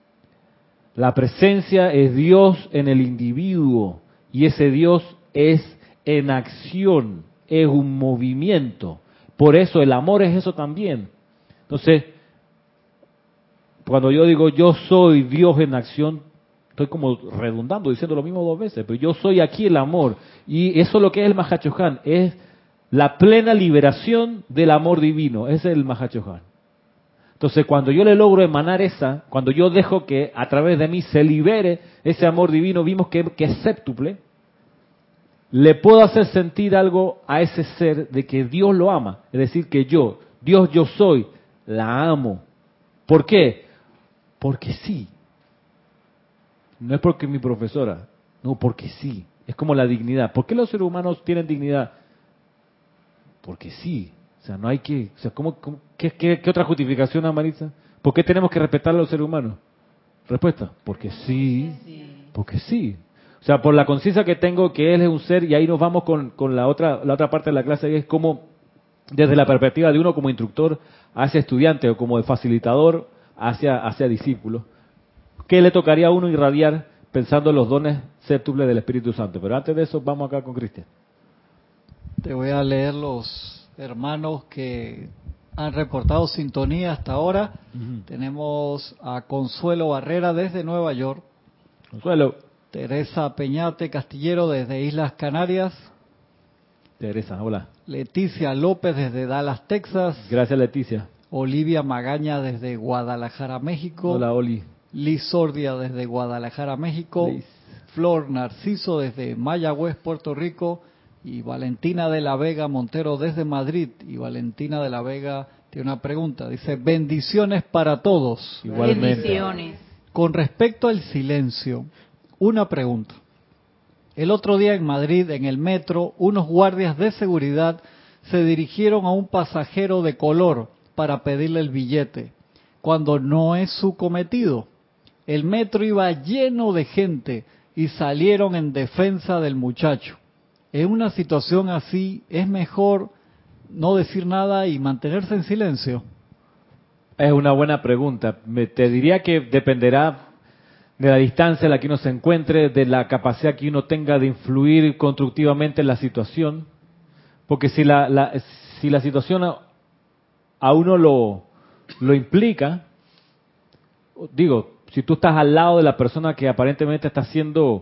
La presencia es Dios en el individuo, y ese Dios es en acción, es un movimiento. Por eso el amor es eso también. Entonces, cuando yo digo yo soy Dios en acción, estoy como redundando, diciendo lo mismo dos veces, pero yo soy aquí el amor. Y eso es lo que es el Mahachohan, es la plena liberación del amor divino, ese es el Mahachohan. Entonces, cuando yo le logro emanar cuando yo dejo que a través de mí se libere ese amor divino, vimos que es séptuple, le puedo hacer sentir algo a ese ser de que Dios lo ama. Es decir, que Dios yo soy, la amo. ¿Por qué? Porque sí. No es porque es mi profesora, no, porque sí. Es como la dignidad. ¿Por qué los seres humanos tienen dignidad? Porque sí. O sea, no hay que... O sea, ¿qué otra justificación, Marisa? ¿Por qué tenemos que respetar a los seres humanos? Respuesta, porque sí. Porque sí. O sea, por la conciencia que tengo que Él es un ser, y ahí nos vamos con la otra parte de la clase, que es como, desde la perspectiva de uno como instructor hacia estudiante o como de facilitador hacia discípulo, ¿qué le tocaría a uno irradiar pensando en los dones séptuples del Espíritu Santo? Pero antes de eso, vamos acá con Cristian. Te voy a leer los hermanos que han reportado sintonía hasta ahora. Tenemos a Consuelo Barrera desde Nueva York. Consuelo. Teresa Peñate Castillero desde Islas Canarias. Teresa, hola. Leticia López desde Dallas, Texas. Gracias, Leticia. Olivia Magaña desde Guadalajara, México. Hola, Oli. Liz Sordia desde Guadalajara, México. Liz. Flor Narciso desde Mayagüez, Puerto Rico. Y Valentina de la Vega Montero desde Madrid. Y Valentina de la Vega tiene una pregunta. Dice, bendiciones para todos. Igualmente. Bendiciones. Con respecto al silencio, una pregunta. El otro día en Madrid, en el metro, unos guardias de seguridad se dirigieron a un pasajero de color para pedirle el billete, cuando no es su cometido. El metro iba lleno de gente y salieron en defensa del muchacho. en una situación así es mejor no decir nada y mantenerse en silencio? Es una buena pregunta. Te diría que dependerá de la distancia en la que uno se encuentre, de la capacidad que uno tenga de influir constructivamente en la situación. Porque si la situación a uno lo implica, digo, si tú estás al lado de la persona que aparentemente está siendo,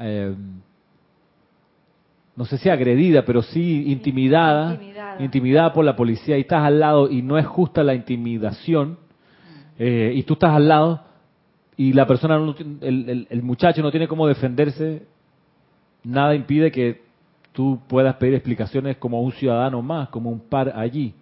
no sé si agredida, pero sí intimidada por la policía, y estás al lado y no es justa la intimidación, y tú estás al lado y la persona, el muchacho no tiene cómo defenderse, nada impide que tú puedas pedir explicaciones como un ciudadano más, como un par allí.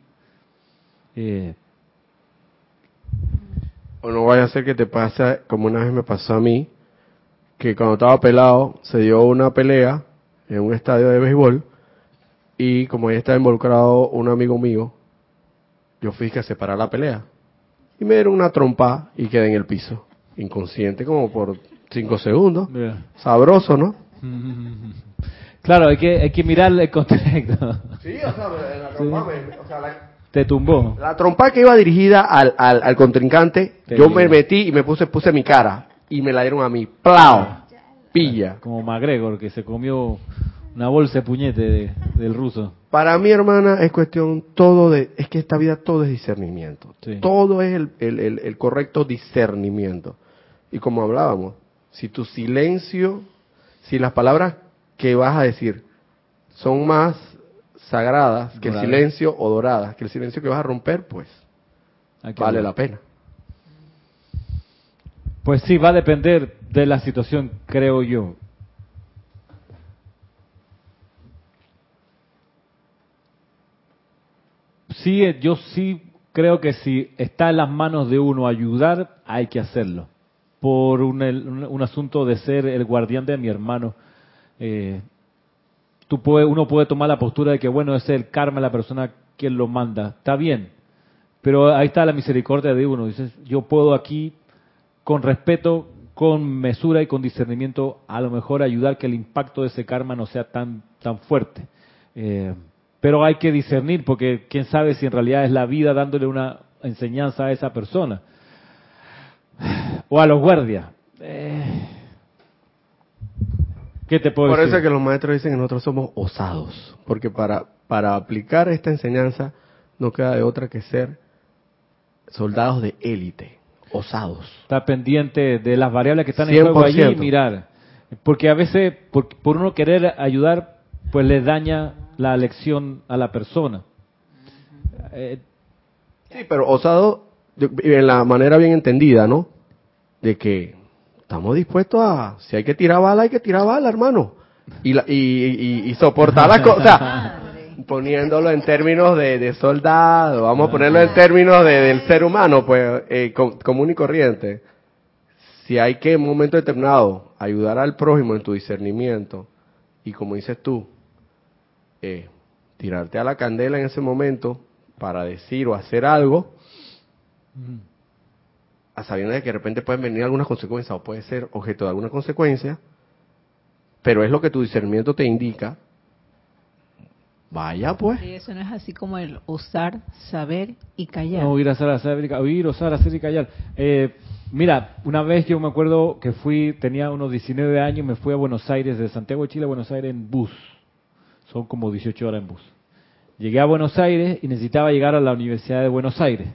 O no vaya a ser que te pase como una vez me pasó a mí, que cuando estaba pelado se dio una pelea en un estadio de béisbol y como ahí estaba involucrado un amigo mío, yo fui a separar la pelea y me dieron una trompa y quedé en el piso, inconsciente como por 5 segundos. Mira. Sabroso, ¿no? Claro, hay que mirar el contexto. Sí, o sea, la trompa Te tumbó. la trompa que iba dirigida al contrincante, yo me metí y me puse mi cara y me la dieron a mí. ¡Plau! Pilla. Como McGregor, que se comió una bolsa de puñete del ruso. Para mí, hermana, es cuestión es que esta vida todo es discernimiento. Sí. Todo es el correcto discernimiento. Y como hablábamos, si tu silencio, si las palabras que vas a decir son más sagradas que el silencio, o doradas que el silencio que vas a romper, pues vale la pena. Pues sí, va a depender de la situación, creo yo. Sí, yo sí creo que si está en las manos de uno ayudar, hay que hacerlo. Por un asunto de ser el guardián de mi hermano. Uno puede tomar la postura de que, bueno, ese es el karma de la persona quien lo manda. Está bien. Pero ahí está la misericordia de uno. Dices, yo puedo aquí, con respeto, con mesura y con discernimiento, a lo mejor ayudar que el impacto de ese karma no sea tan fuerte. Pero hay que discernir, porque quién sabe si en realidad es la vida dándole una enseñanza a esa persona. O a los guardias. ¿Qué te puedo Por decir? eso es que los maestros dicen que nosotros somos osados, porque para aplicar esta enseñanza no queda de otra que ser soldados de élite, osados. Está pendiente de las variables que están en juego allí y mirar. Porque a veces, por uno querer ayudar, pues le daña la lección a la persona. Sí, pero osado en la manera bien entendida, ¿no? De que estamos dispuestos a, si hay que tirar bala, hay que tirar bala, hermano. Y soportar las cosas. Poniéndolo en términos de soldado, vamos a ponerlo en términos del ser humano, pues, común y corriente. Si hay que en un momento determinado ayudar al prójimo en tu discernimiento, y como dices tú, tirarte a la candela en ese momento para decir o hacer algo, a sabiendas de que de repente pueden venir algunas consecuencias o puede ser objeto de alguna consecuencia, pero es lo que tu discernimiento te indica. Vaya pues. Y eso no es así como el osar, saber y callar. No, oír, osar, hacer y callar. Mira, una vez yo me acuerdo que tenía unos 19 años, me fui a Buenos Aires, de Santiago de Chile a Buenos Aires en bus. Son como 18 horas en bus. Llegué a Buenos Aires y necesitaba llegar a la Universidad de Buenos Aires.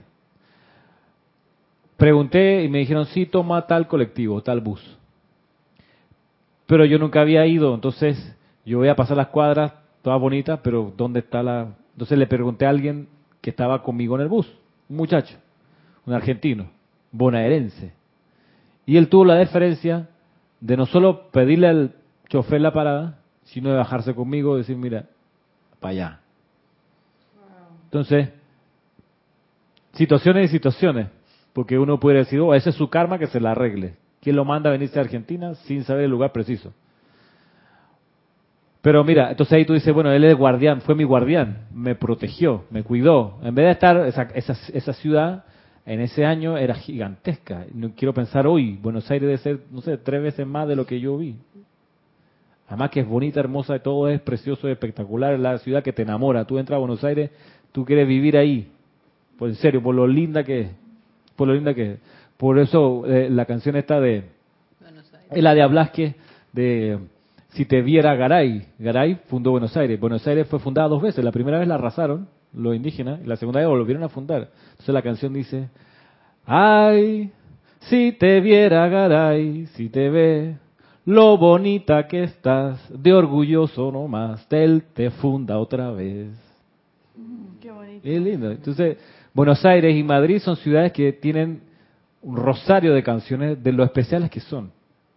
Pregunté y me dijeron, sí, toma tal colectivo, tal bus. Pero yo nunca había ido, entonces yo voy a pasar las cuadras, todas bonitas, pero ¿dónde está la...? Entonces le pregunté a alguien que estaba conmigo en el bus, un muchacho, un argentino, bonaerense. Y él tuvo la deferencia de no solo pedirle al chofer la parada, sino de bajarse conmigo y decir, mira, para allá. Entonces, situaciones y situaciones, porque uno puede decir, oh, ese es su karma, que se la arregle. ¿Quién lo manda a venirse a Argentina sin saber el lugar preciso? Pero mira, entonces ahí tú dices, bueno, él es guardián, fue mi guardián, me protegió, me cuidó. En vez de estar, esa ciudad en ese año era gigantesca. No quiero pensar hoy, Buenos Aires debe ser, no sé, 3 veces más de lo que yo vi. Además que es bonita, hermosa, todo es precioso, espectacular, es la ciudad que te enamora. Tú entras a Buenos Aires, tú quieres vivir ahí. Pues en serio, por lo linda que es. Por lo linda que es. Por eso la canción esta es la de Ablasque, de Si te viera Garay. Garay fundó Buenos Aires. Buenos Aires fue fundada 2 veces. La primera vez la arrasaron los indígenas y la segunda vez volvieron a fundar. Entonces la canción dice: ay, si te viera Garay, si te ve lo bonita que estás, de orgulloso nomás, él te funda otra vez. Qué bonito. Es lindo. Entonces, Buenos Aires y Madrid son ciudades que tienen un rosario de canciones de lo especiales que son.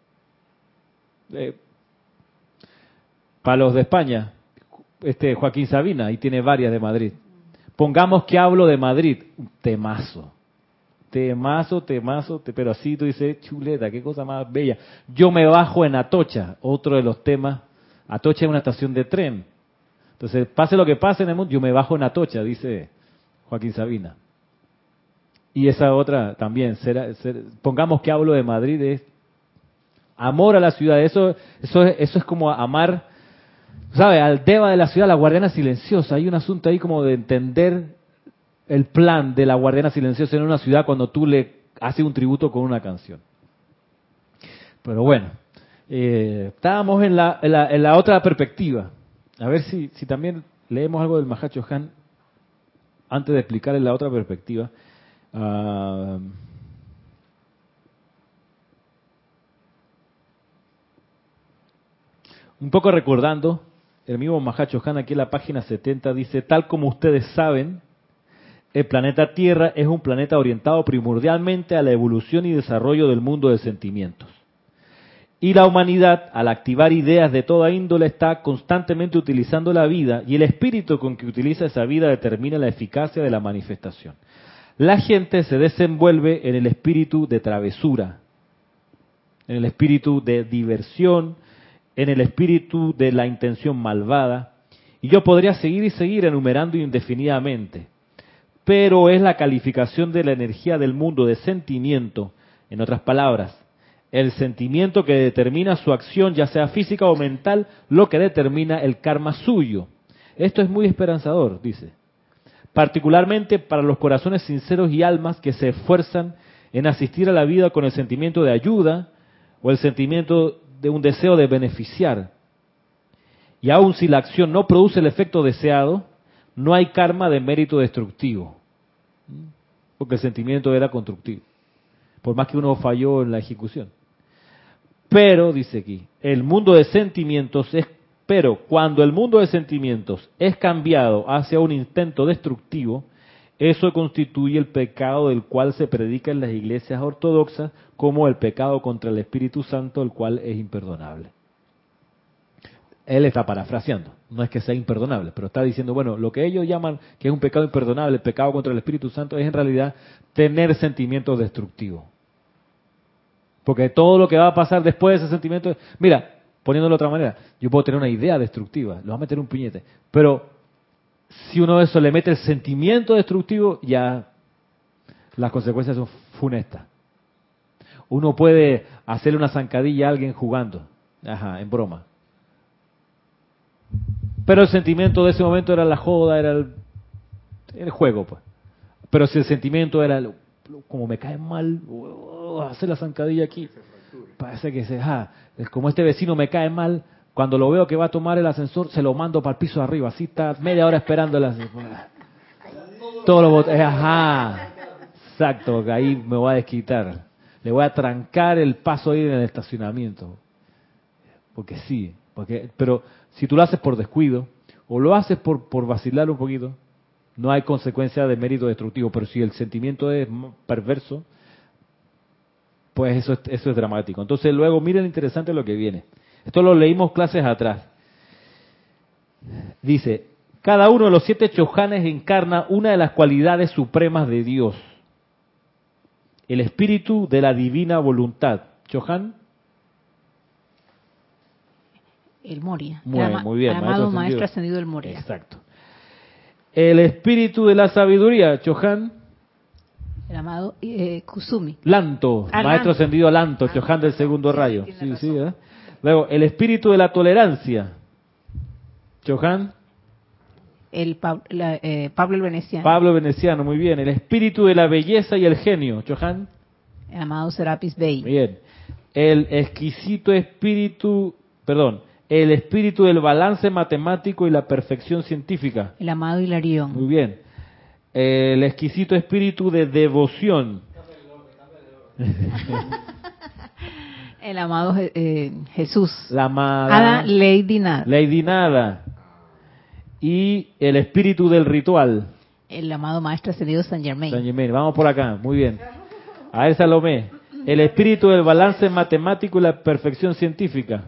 Para los de España, Joaquín Sabina, ahí tiene varias de Madrid. Pongamos que hablo de Madrid, un temazo. Temazo, pero así tú dices, chuleta, qué cosa más bella. Yo me bajo en Atocha, otro de los temas. Atocha es una estación de tren. Entonces, pase lo que pase en el mundo, yo me bajo en Atocha, dice Joaquín Sabina. Y esa otra también, pongamos que hablo de Madrid, es amor a la ciudad. Eso es como amar, ¿sabe? Al Deva de la ciudad, la guardiana silenciosa. Hay un asunto ahí como de entender el plan de la guardiana silenciosa en una ciudad cuando tú le haces un tributo con una canción. Pero bueno, estábamos en la otra perspectiva. A ver si también leemos algo del Mahacho Han antes de explicar en la otra perspectiva. Un poco recordando, el mismo Mahacho Han aquí en la página 70 dice: tal como ustedes saben, el planeta Tierra es un planeta orientado primordialmente a la evolución y desarrollo del mundo de sentimientos. Y la humanidad, al activar ideas de toda índole, está constantemente utilizando la vida, y el espíritu con que utiliza esa vida determina la eficacia de la manifestación. La gente se desenvuelve en el espíritu de travesura, en el espíritu de diversión, en el espíritu de la intención malvada, y yo podría seguir y seguir enumerando indefinidamente. Pero es la calificación de la energía del mundo de sentimiento, en otras palabras, el sentimiento que determina su acción, ya sea física o mental, lo que determina el karma suyo. Esto es muy esperanzador, dice. Particularmente para los corazones sinceros y almas que se esfuerzan en asistir a la vida con el sentimiento de ayuda o el sentimiento de un deseo de beneficiar. Y aun si la acción no produce el efecto deseado, no hay karma de mérito destructivo, porque el sentimiento era constructivo, por más que uno falló en la ejecución. Pero, dice aquí, cuando el mundo de sentimientos es cambiado hacia un intento destructivo, eso constituye el pecado del cual se predica en las iglesias ortodoxas como el pecado contra el Espíritu Santo, el cual es imperdonable. Él está parafraseando, no es que sea imperdonable, pero está diciendo, bueno, lo que ellos llaman que es un pecado imperdonable, el pecado contra el Espíritu Santo, es en realidad tener sentimientos destructivos. Porque todo lo que va a pasar después de ese sentimiento, mira, poniéndolo de otra manera, yo puedo tener una idea destructiva, le va a meter un puñete, pero si uno de eso le mete el sentimiento destructivo, ya las consecuencias son funestas. Uno puede hacerle una zancadilla a alguien jugando, en broma. Pero el sentimiento de ese momento era la joda, era el juego, pues. Pero si el sentimiento era, como me cae mal, hacer la zancadilla aquí, parece que como este vecino me cae mal, cuando lo veo que va a tomar el ascensor, se lo mando para el piso de arriba, así está media hora esperando el ascensor. Todos los botones, exacto, que ahí me voy a desquitar. Le voy a trancar el paso ahí en el estacionamiento. Porque sí, pero si tú lo haces por descuido, o lo haces por vacilar un poquito, no hay consecuencia de mérito destructivo. Pero si el sentimiento es perverso, pues eso es dramático. Entonces luego, miren interesante lo que viene. Esto lo leímos clases atrás. Dice, cada uno de los 7 chohanes encarna una de las cualidades supremas de Dios. El espíritu de la divina voluntad. Chohan. El Moria. Muy bien. El amado Maestro Ascendido del Moria. Exacto. El espíritu de la sabiduría. Chohan. El amado Kusumi. Lanto. Maestro Lanto. Ascendido Lanto. Chohan del segundo rayo. Sí, ¿eh? Luego, el espíritu de la tolerancia. Johan. Pablo el Veneciano. Pablo Veneciano, muy bien. El espíritu de la belleza y el genio. Johan. El amado Serapis Bey. Bien. El exquisito espíritu, el espíritu del balance matemático y la perfección científica. El amado Hilarión. Muy bien. El exquisito espíritu de devoción. El amado Jesús. La amada Lady Nada. Lady Nada. Y el espíritu del ritual. El amado Maestro Ascendido Saint Germain. Saint Germain. Vamos por acá, muy bien. A ver, Salomé. El espíritu del balance matemático y la perfección científica.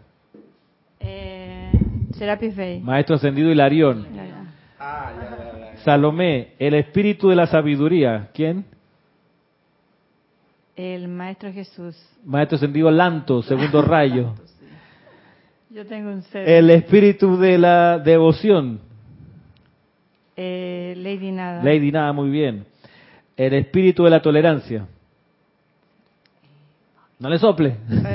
Serapis Bey. Maestro Ascendido Hilarión. Salomé, el espíritu de la sabiduría. ¿Quién? El Maestro Jesús. Maestro Ascendido Lanto, segundo rayo. Yo tengo un cero. El espíritu de la devoción. Lady Nada. Lady Nada, muy bien. El espíritu de la tolerancia. No le sople.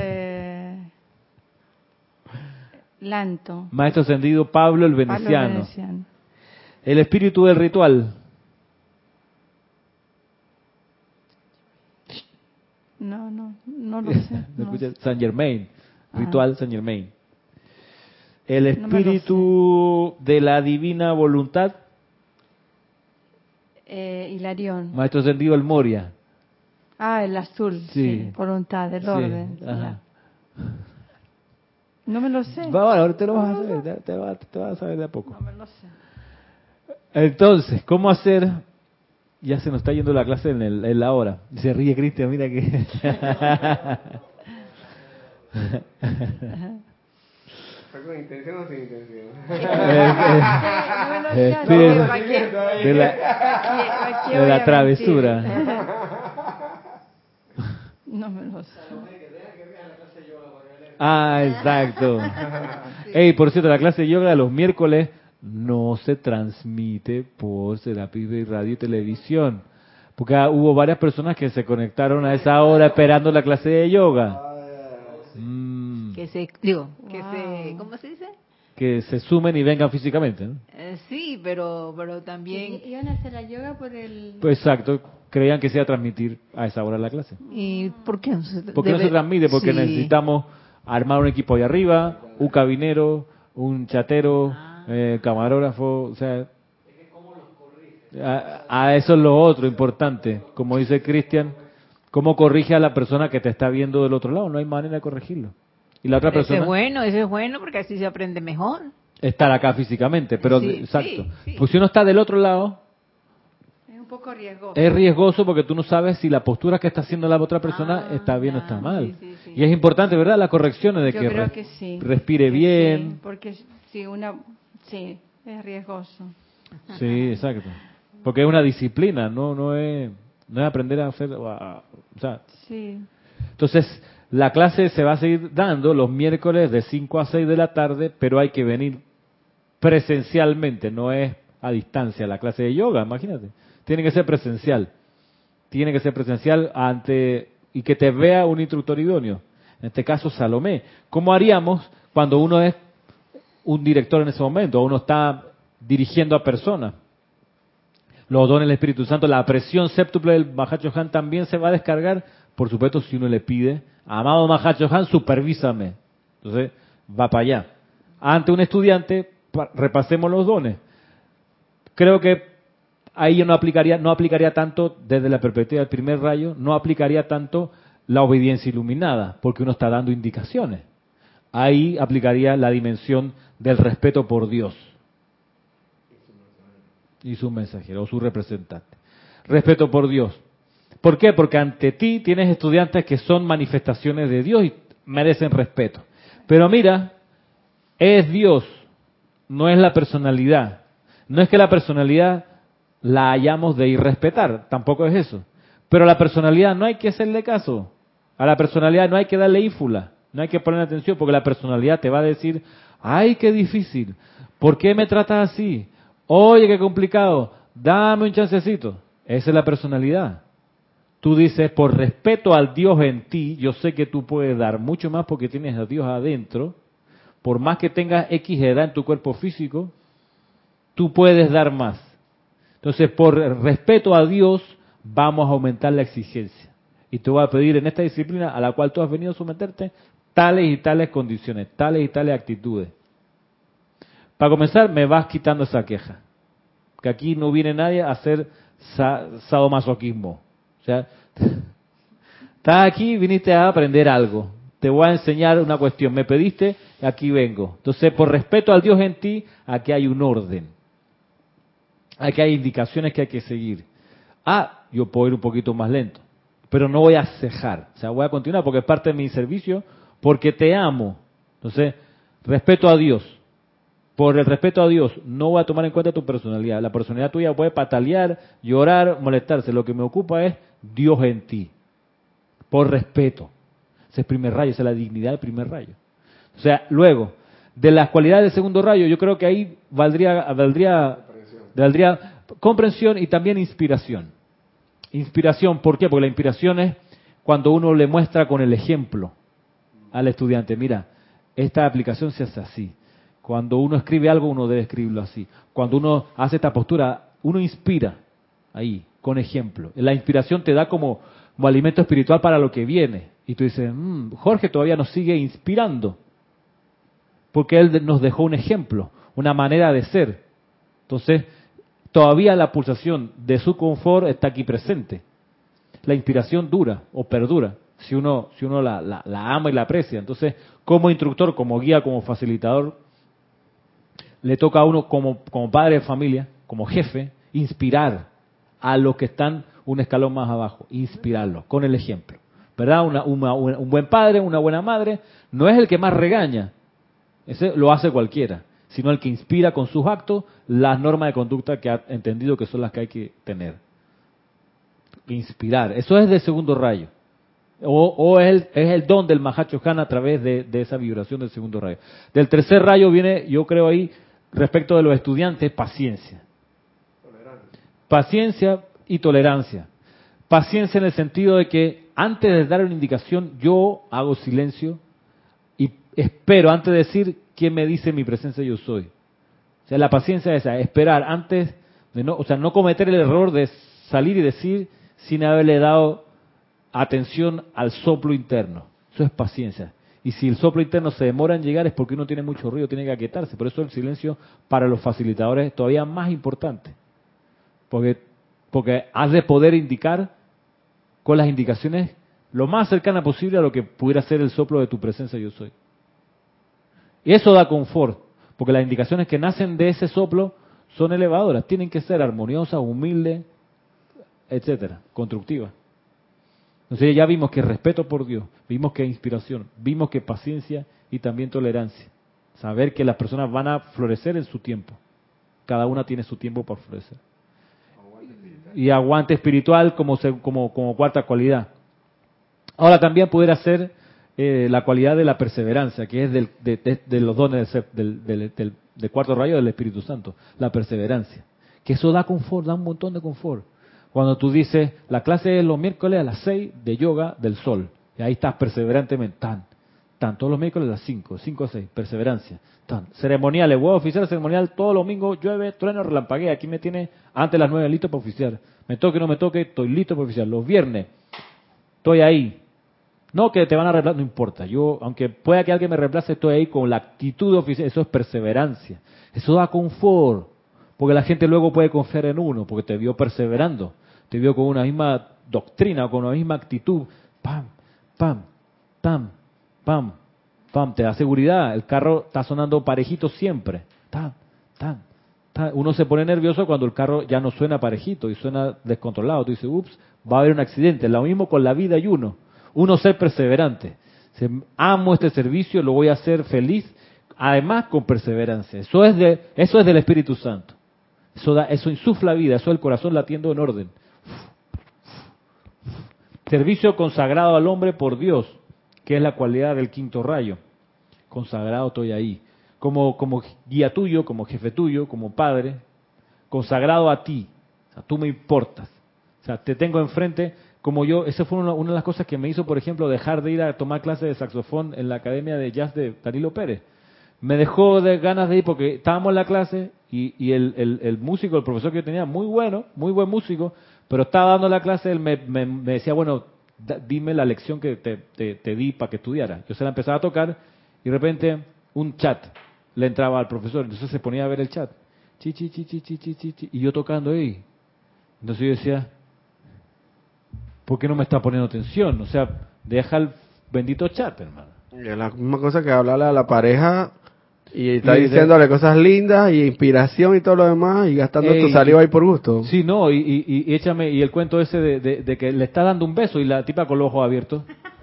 Lanto. Maestro Ascendido Pablo el Veneciano. El espíritu del ritual. No lo sé. Saint Germain. Ritual Saint Germain. El No me lo espíritu de la divina voluntad. Hilarión. Maestro Ascendido El Moria. El azul. Sí. Voluntad, el Sí, orden. ajá. No me lo sé. Ahora te lo vas a saber, te vas a saber de a poco. No me lo sé. Entonces, ¿cómo hacer? Ya se nos está yendo la clase en la hora. Se ríe Cristian, mira que... ¿Fue con intención o sin intención? De la travesura. No me lo sé. Exacto. Ey, por cierto, la clase de yoga de los miércoles no se transmite por Serapis Bay Radio y Televisión, porque hubo varias personas que se conectaron a esa hora esperando la clase de yoga. ¿Cómo se dice? Que se sumen y vengan físicamente, ¿no? Sí, pero también... ¿Iban a hacer la yoga por el...? Pues exacto, creían que se iba a transmitir a esa hora la clase. ¿Y por qué no se, ¿Por qué no se transmite? Porque necesitamos armar un equipo ahí arriba, un cabinero, un chatero, camarógrafo, o sea... A eso es lo otro importante. Como dice Cristian, ¿cómo corrige a la persona que te está viendo del otro lado? No hay manera de corregirlo. Y la otra persona... Eso es bueno porque así se aprende mejor. Estar acá físicamente, pero Sí, exacto. sí. Pues si uno está del otro lado, Es un poco riesgoso. es riesgoso porque tú no sabes si la postura que está haciendo la otra persona está bien o está mal. Sí. Y es importante, ¿verdad? Las correcciones de Yo que, creo que sí. respire bien. Sí, porque sí, es riesgoso. Sí, exacto. Porque es una disciplina, no es aprender a hacer... o sea, Sí. entonces, la clase se va a seguir dando los miércoles de 5 a 6 de la tarde, pero hay que venir presencialmente, no es a distancia la clase de yoga, imagínate. Tiene que ser presencial. Tiene que ser presencial y que te vea un instructor idóneo. En este caso, Salomé. ¿Cómo haríamos cuando uno es un director en ese momento o uno está dirigiendo a personas? Los dones del Espíritu Santo, la presión séptuple del Mahachohan también se va a descargar, por supuesto, si uno le pide, amado Mahachohan, supervísame. Entonces, va para allá. Ante un estudiante, repasemos los dones. Creo que ahí yo no aplicaría tanto, desde la perspectiva del primer rayo, no aplicaría tanto la obediencia iluminada, porque uno está dando indicaciones. Ahí aplicaría la dimensión del respeto por Dios y su mensajero o su representante. Respeto por Dios. ¿Por qué? Porque ante ti tienes estudiantes que son manifestaciones de Dios y merecen respeto. Pero mira, es Dios, no es la personalidad. No es que la personalidad la hayamos de irrespetar, tampoco es eso. Pero a la personalidad no hay que hacerle caso. A la personalidad no hay que darle ínfula, no hay que poner atención, porque la personalidad te va a decir, ¡ay, qué difícil! ¿Por qué me tratas así? Oye, qué complicado, dame un chancecito. Esa es la personalidad. tú dices, por respeto al Dios en ti, yo sé que tú puedes dar mucho más porque tienes a Dios adentro. Por más que tengas X edad en tu cuerpo físico, tú puedes dar más. Entonces, por respeto a Dios, vamos a aumentar la exigencia. Y te voy a pedir en esta disciplina a la cual tú has venido a someterte, tales y tales condiciones, tales y tales actitudes. Para comenzar, me vas quitando esa queja. Que aquí no viene nadie a hacer sadomasoquismo. O sea, estás aquí, viniste a aprender algo. Te voy a enseñar una cuestión. Me pediste, aquí vengo. Entonces, por respeto al Dios en ti, aquí hay un orden. Aquí hay indicaciones que hay que seguir. Yo puedo ir un poquito más lento, pero no voy a cejar. O sea, voy a continuar porque es parte de mi servicio, porque te amo. Entonces, respeto a Dios. Por el respeto a Dios, no voy a tomar en cuenta tu personalidad. La personalidad tuya puede patalear, llorar, molestarse. Lo que me ocupa es Dios en ti. Por respeto. Ese es el primer rayo, esa es la dignidad del primer rayo. O sea, luego, de las cualidades del segundo rayo, yo creo que ahí valdría comprensión y también inspiración. Inspiración, ¿por qué? Porque la inspiración es cuando uno le muestra con el ejemplo al estudiante, mira, esta aplicación se hace así. Cuando uno escribe algo, uno debe escribirlo así. Cuando uno hace esta postura, uno inspira ahí, con ejemplo. La inspiración te da como alimento espiritual para lo que viene. Y tú dices, Jorge todavía nos sigue inspirando. Porque él nos dejó un ejemplo, una manera de ser. Entonces, todavía la pulsación de su confort está aquí presente. La inspiración dura o perdura si uno la ama y la aprecia. Entonces, como instructor, como guía, como facilitador, le toca a uno como padre de familia, como jefe, inspirar a los que están un escalón más abajo, inspirarlos con el ejemplo. ¿Verdad? Un buen padre, una buena madre, no es el que más regaña, ese lo hace cualquiera, sino el que inspira con sus actos las normas de conducta que ha entendido que son las que hay que tener. Inspirar, eso es del segundo rayo. O es el don del Mahacho Han a través de esa vibración del segundo rayo. Del tercer rayo viene, yo creo ahí, respecto de los estudiantes, paciencia. Paciencia y tolerancia. Paciencia en el sentido de que antes de dar una indicación, yo hago silencio y espero antes de decir quién me dice mi presencia yo soy. O sea, la paciencia es esa, esperar antes de no cometer el error de salir y decir sin haberle dado atención al soplo interno. Eso es paciencia. Y si el soplo interno se demora en llegar es porque uno tiene mucho ruido, tiene que aquietarse. Por eso el silencio para los facilitadores es todavía más importante. Porque has de poder indicar con las indicaciones lo más cercana posible a lo que pudiera ser el soplo de tu presencia yo soy. Y eso da confort, porque las indicaciones que nacen de ese soplo son elevadoras, tienen que ser armoniosas, humildes, etcétera, constructivas. Entonces ya vimos que respeto por Dios, vimos que inspiración, vimos que paciencia y también tolerancia. Saber que las personas van a florecer en su tiempo. Cada una tiene su tiempo para florecer. Y aguante espiritual como cuarta cualidad. Ahora también pudiera ser la cualidad de la perseverancia, que es de los dones del cuarto rayo del Espíritu Santo. La perseverancia. Que eso da confort, da un montón de confort. Cuando tú dices, la clase es los miércoles a las 6 de yoga del sol. Y ahí estás perseverantemente, todos los miércoles a las 5 a 6, perseverancia. Ceremoniales, voy a oficiar ceremonial todos los domingos, llueve, trueno, relampaguea. Aquí me tiene antes de las 9 listo para oficiar. Me toque o no me toque, estoy listo para oficiar. Los viernes, estoy ahí. No que te van a reemplazar, no importa. Yo, aunque pueda que alguien me reemplace, estoy ahí con la actitud de oficial. Eso es perseverancia. Eso da confort. Porque la gente luego puede confiar en uno, porque te vio perseverando. Te vio con una misma doctrina, con una misma actitud. Pam, pam, pam, pam, pam. Te da seguridad. El carro está sonando parejito siempre. Tan, tan, tan. Uno se pone nervioso cuando el carro ya no suena parejito y suena descontrolado. Tú dices, ups, va a haber un accidente. Lo mismo con la vida y uno. Uno ser perseverante. Amo este servicio, lo voy a hacer feliz. Además con perseverancia. Eso es del Espíritu Santo. Eso insufla vida. Eso es el corazón latiendo en orden. Servicio consagrado al hombre por Dios, que es la cualidad del quinto rayo. Consagrado estoy ahí. Como guía tuyo, como jefe tuyo, como padre, consagrado a ti. O sea, tú me importas. O sea, te tengo enfrente como yo, esa fue una de las cosas que me hizo, por ejemplo, dejar de ir a tomar clases de saxofón en la Academia de Jazz de Danilo Pérez. Me dejó de ganas de ir porque estábamos en la clase y el músico, el profesor que yo tenía, muy bueno, muy buen músico, pero estaba dando la clase, él me decía, bueno, dime la lección que te di para que estudiara. Yo se la empezaba a tocar y de repente un chat le entraba al profesor, entonces se ponía a ver el chat. Chi, chi, chi, chi, chi, chi, chi, chi, y yo tocando ahí. Entonces yo decía, ¿por qué no me está poniendo atención? O sea, deja el bendito chat, hermano. Y es la misma cosa que hablarle a la pareja y está Y diciéndole cosas lindas y inspiración y todo lo demás y gastando tu saliva ahí por gusto. Sí, no, y échame, y el cuento ese de que le está dando un beso y la tipa con los ojos abiertos.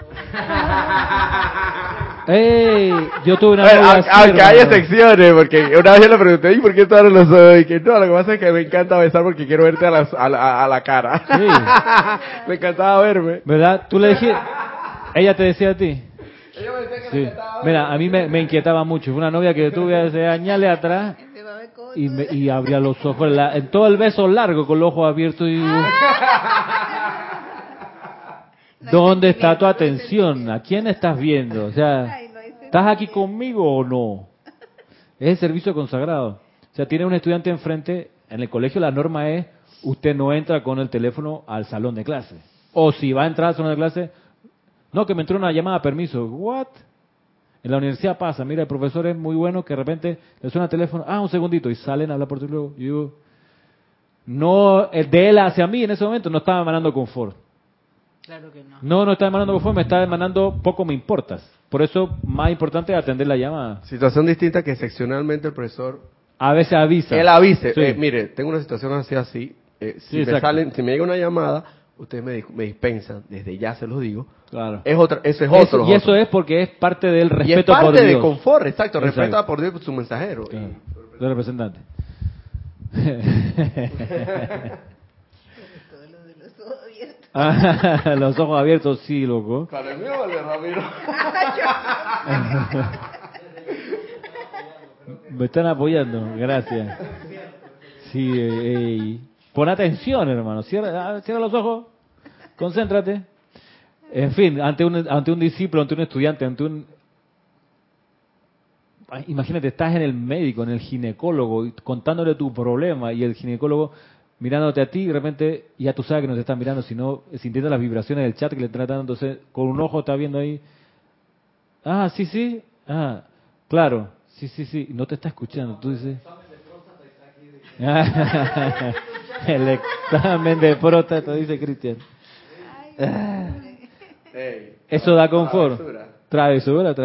¡Ey! Yo tuve una novia así, aunque hay hermano. excepciones, porque una vez yo le pregunté, ¿y por qué tú ahora los ojos? Y que no, lo que pasa es que me encanta besar porque quiero verte a la cara. Sí. Me encantaba verme. ¿Verdad? Tú le dijiste, ella te decía a ti. Ella me decía que Sí. me encantaba verme. Mira, a mí me inquietaba mucho. Fue una novia que tuve hace años atrás y abría los ojos en todo el beso largo con los ojos abiertos y digo, ¿dónde está tu atención? ¿A quién estás viendo? O sea, ¿estás aquí conmigo o no? Es el servicio consagrado. O sea, tiene un estudiante enfrente, en el colegio la norma es, usted no entra con el teléfono al salón de clase. O si va a entrar al salón de clase, no, que me entró una llamada, permiso. ¿What? En la universidad pasa, mira, el profesor es muy bueno que de repente le suena el teléfono, un segundito, y salen a hablar por teléfono. Yo digo, no, de él hacia mí en ese momento no estaba emanando confort. Claro que no. No estaba emanando confort, me estaba emanando poco me importas. Por eso, más importante es atender la llamada. Situación distinta que seccionalmente el profesor... A veces avisa. Él avise, Sí. mire, tengo una situación así, Sí, si me exacto. si me llega una llamada, ustedes me dispensan, desde ya se los digo. Claro. Eso es Eso, otro. y eso es porque es parte del y es respeto parte por de Dios. confort, exacto, Exacto. respeta por Dios su mensajero. Claro. Del representante. Los ojos abiertos, sí, loco. Para el mío vale, Ramiro. Me están apoyando, gracias. Sí, pon atención, hermano. Cierra los ojos, concéntrate. En fin, ante un discípulo, ante un estudiante, imagínate, estás en el médico, en el ginecólogo, contándole tu problema y el ginecólogo mirándote a ti y de repente ya tú sabes que no te están mirando, sino sintiendo las vibraciones del chat que le están tratando, entonces con un ojo está viendo ahí. Sí, claro, sí, no te está escuchando, tú dices... El examen de próstata, dice Cristian. Eso da confort. Travesura.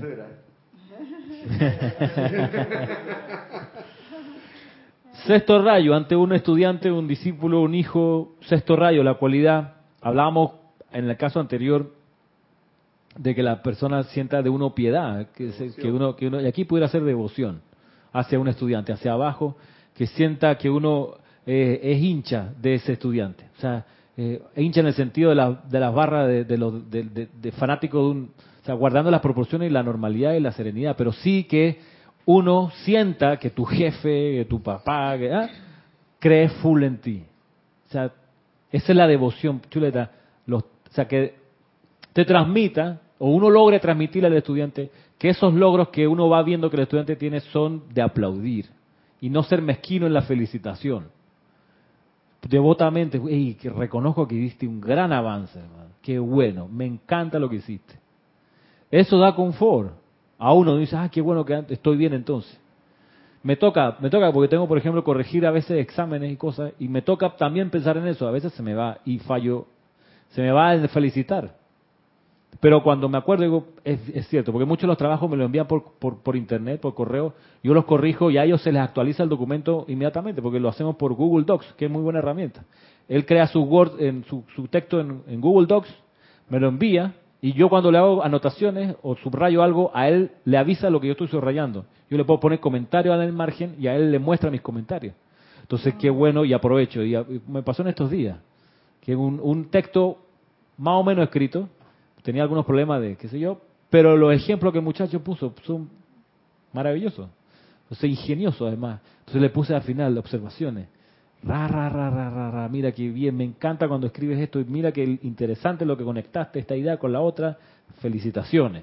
Sexto rayo, ante un estudiante, un discípulo, un hijo, sexto rayo, la cualidad, hablábamos en el caso anterior de que la persona sienta de uno piedad, que uno, y aquí pudiera ser devoción hacia un estudiante, hacia abajo, que sienta que uno es hincha de ese estudiante, o sea, hincha en el sentido de las barras de fanático de un, o sea, guardando las proporciones y la normalidad y la serenidad, pero sí que uno sienta que tu jefe, que tu papá, cree full en ti. O sea, esa es la devoción, chuleta. O sea, que te transmita, o uno logre transmitirle al estudiante, que esos logros que uno va viendo que el estudiante tiene son de aplaudir. Y no ser mezquino en la felicitación. Devotamente, que reconozco que diste un gran avance, hermano. Qué bueno, me encanta lo que hiciste. Eso da confort. A uno dice, qué bueno que estoy bien entonces. Me toca porque tengo, por ejemplo, corregir a veces exámenes y cosas, y me toca también pensar en eso. A veces se me va y fallo, se me va a felicitar. Pero cuando me acuerdo, digo, es cierto, porque muchos de los trabajos me lo envían por internet, por correo, yo los corrijo y a ellos se les actualiza el documento inmediatamente, porque lo hacemos por Google Docs, que es muy buena herramienta. Él crea su Word, su texto en Google Docs, me lo envía, y yo cuando le hago anotaciones o subrayo algo, a él le avisa lo que yo estoy subrayando. Yo le puedo poner comentarios en el margen y a él le muestra mis comentarios. Entonces, qué bueno, y aprovecho. Y me pasó en estos días, que un texto más o menos escrito, tenía algunos problemas de qué sé yo, pero los ejemplos que el muchacho puso son maravillosos. Entonces, ingeniosos además. Entonces le puse al final observaciones. Mira qué bien, me encanta cuando escribes esto y mira qué interesante lo que conectaste esta idea con la otra. Felicitaciones.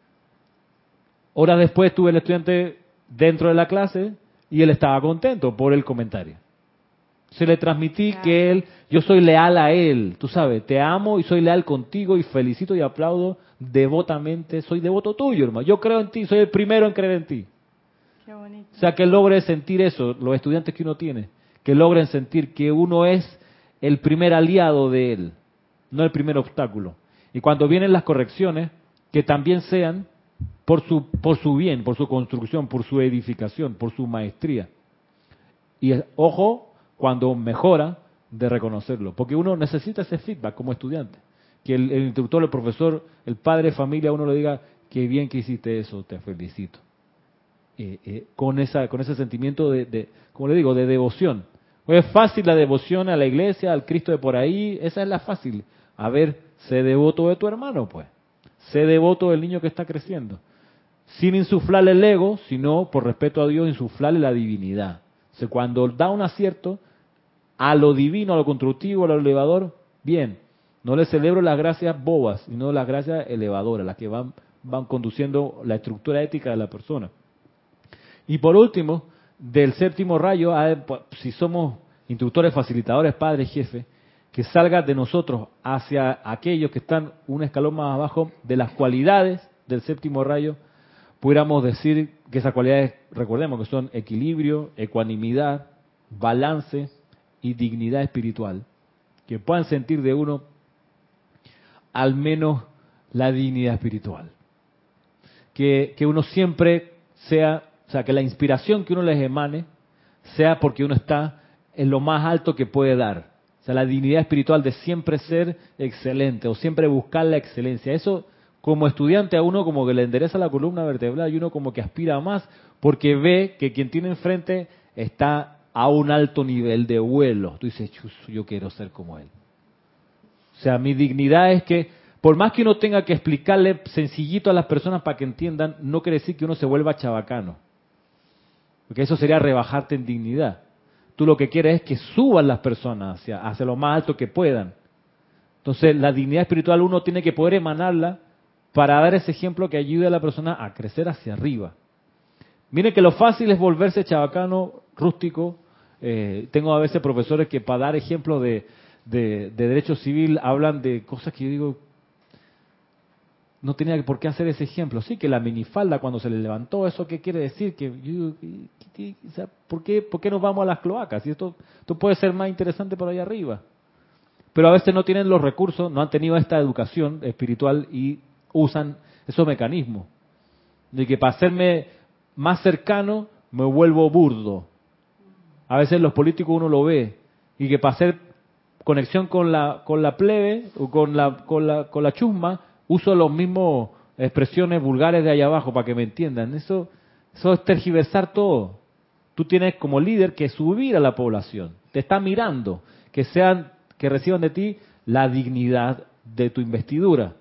Horas después tuve el estudiante dentro de la clase y él estaba contento por el comentario. Se le transmití que yo soy leal a él, tú sabes, te amo y soy leal contigo y felicito y aplaudo devotamente, soy devoto tuyo, hermano. Yo creo en ti, soy el primero en creer en ti. Qué bonito. O sea, que logre sentir eso, los estudiantes que uno tiene, que logren sentir que uno es el primer aliado de él, no el primer obstáculo. Y cuando vienen las correcciones, que también sean por su bien, por su construcción, por su edificación, por su maestría. Y ojo, cuando mejora, de reconocerlo, porque uno necesita ese feedback como estudiante, que el instructor, el profesor, el padre de familia, uno le diga, qué bien que hiciste eso, te felicito. Con ese sentimiento como le digo, de devoción. Pues es fácil la devoción a la iglesia, al Cristo de por ahí, esa es la fácil. A ver, sé devoto de tu hermano, pues. Sé devoto del niño que está creciendo. Sin insuflarle el ego, sino por respeto a Dios, insuflarle la divinidad. O sea, cuando da un acierto a lo divino, a lo constructivo, a lo elevador, bien. No le celebro las gracias bobas, sino las gracias elevadoras, las que van conduciendo la estructura ética de la persona. Y por último, del séptimo rayo, si somos instructores, facilitadores, padres, jefes, que salga de nosotros hacia aquellos que están un escalón más abajo de las cualidades del séptimo rayo, pudiéramos decir que esas cualidades, recordemos que son equilibrio, ecuanimidad, balance y dignidad espiritual, que puedan sentir de uno al menos la dignidad espiritual. Que uno siempre sea, o sea, que la inspiración que uno les emane sea porque uno está en lo más alto que puede dar. O sea, la dignidad espiritual de siempre ser excelente o siempre buscar la excelencia. Eso, como estudiante, a uno como que le endereza la columna vertebral y uno como que aspira a más porque ve que quien tiene enfrente está a un alto nivel de vuelo. Tú dices, yo quiero ser como él. O sea, mi dignidad es que, por más que uno tenga que explicarle sencillito a las personas para que entiendan, no quiere decir que uno se vuelva chabacano. Porque eso sería rebajarte en dignidad. Tú lo que quieres es que suban las personas hacia lo más alto que puedan. Entonces, la dignidad espiritual uno tiene que poder emanarla para dar ese ejemplo que ayude a la persona a crecer hacia arriba. Miren que lo fácil es volverse chabacano, rústico. Tengo a veces profesores que para dar ejemplos de derecho civil hablan de cosas que yo digo, no tenía por qué hacer ese ejemplo. Sí, que la minifalda cuando se le levantó, ¿eso qué quiere decir? Que o sea, ¿por qué nos vamos a las cloacas? Y esto puede ser más interesante por ahí arriba. Pero a veces no tienen los recursos, no han tenido esta educación espiritual y usan esos mecanismos. De que para hacerme más cercano me vuelvo burdo. A veces los políticos uno lo ve. Y que para hacer conexión con la plebe o con la chusma, uso los mismos expresiones vulgares de allá abajo para que me entiendan. Eso es tergiversar todo. Tú tienes como líder que subir a la población. Te está mirando. Que reciban de ti la dignidad de tu investidura.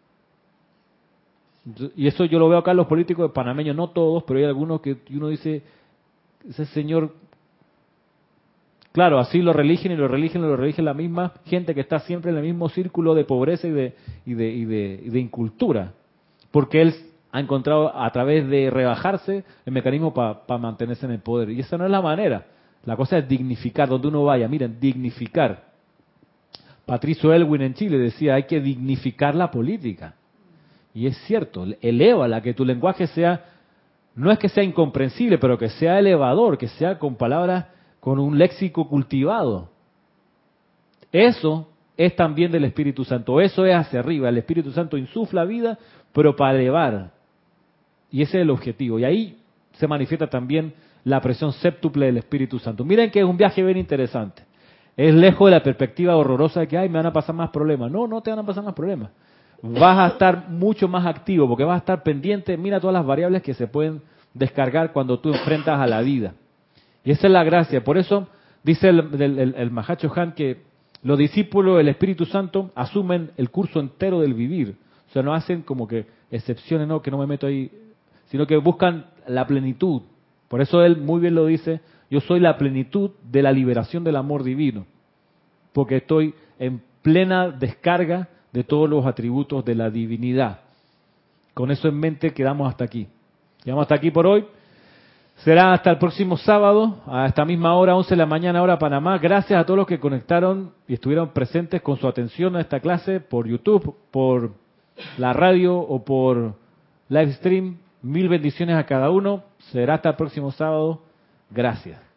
Y eso yo lo veo acá en los políticos panameños, no todos, pero hay algunos que uno dice, ese señor, claro, así lo religen la misma gente que está siempre en el mismo círculo de pobreza y de incultura, porque él ha encontrado a través de rebajarse el mecanismo para mantenerse en el poder. Y esa no es la manera. La cosa es dignificar, donde uno vaya, miren, dignificar. Patricio Elwin en Chile decía, hay que dignificar la política. Y es cierto, elévala, que tu lenguaje sea, no es que sea incomprensible, pero que sea elevador, que sea con palabras, con un léxico cultivado. Eso es también del Espíritu Santo, eso es hacia arriba. El Espíritu Santo insufla vida, pero para elevar. Y ese es el objetivo. Y ahí se manifiesta también la presión séptuple del Espíritu Santo. Miren que es un viaje bien interesante. Es lejos de la perspectiva horrorosa de que, ay, me van a pasar más problemas. No te van a pasar más problemas. Vas a estar mucho más activo porque vas a estar pendiente. Mira todas las variables que se pueden descargar cuando tú enfrentas a la vida. Y esa es la gracia. Por eso dice el Mahacho Han que los discípulos del Espíritu Santo asumen el curso entero del vivir. O sea, no hacen como que excepciones, no, que no me meto ahí, sino que buscan la plenitud. Por eso él muy bien lo dice, Yo soy la plenitud de la liberación del amor divino, porque estoy en plena descarga de todos los atributos de la divinidad. Con eso en mente quedamos hasta aquí. Quedamos hasta aquí por hoy. Será hasta el próximo sábado, a esta misma hora, 11 de la mañana, hora Panamá. Gracias a todos los que conectaron y estuvieron presentes con su atención a esta clase por YouTube, por la radio o por live stream. Mil bendiciones a cada uno. Será hasta el próximo sábado. Gracias.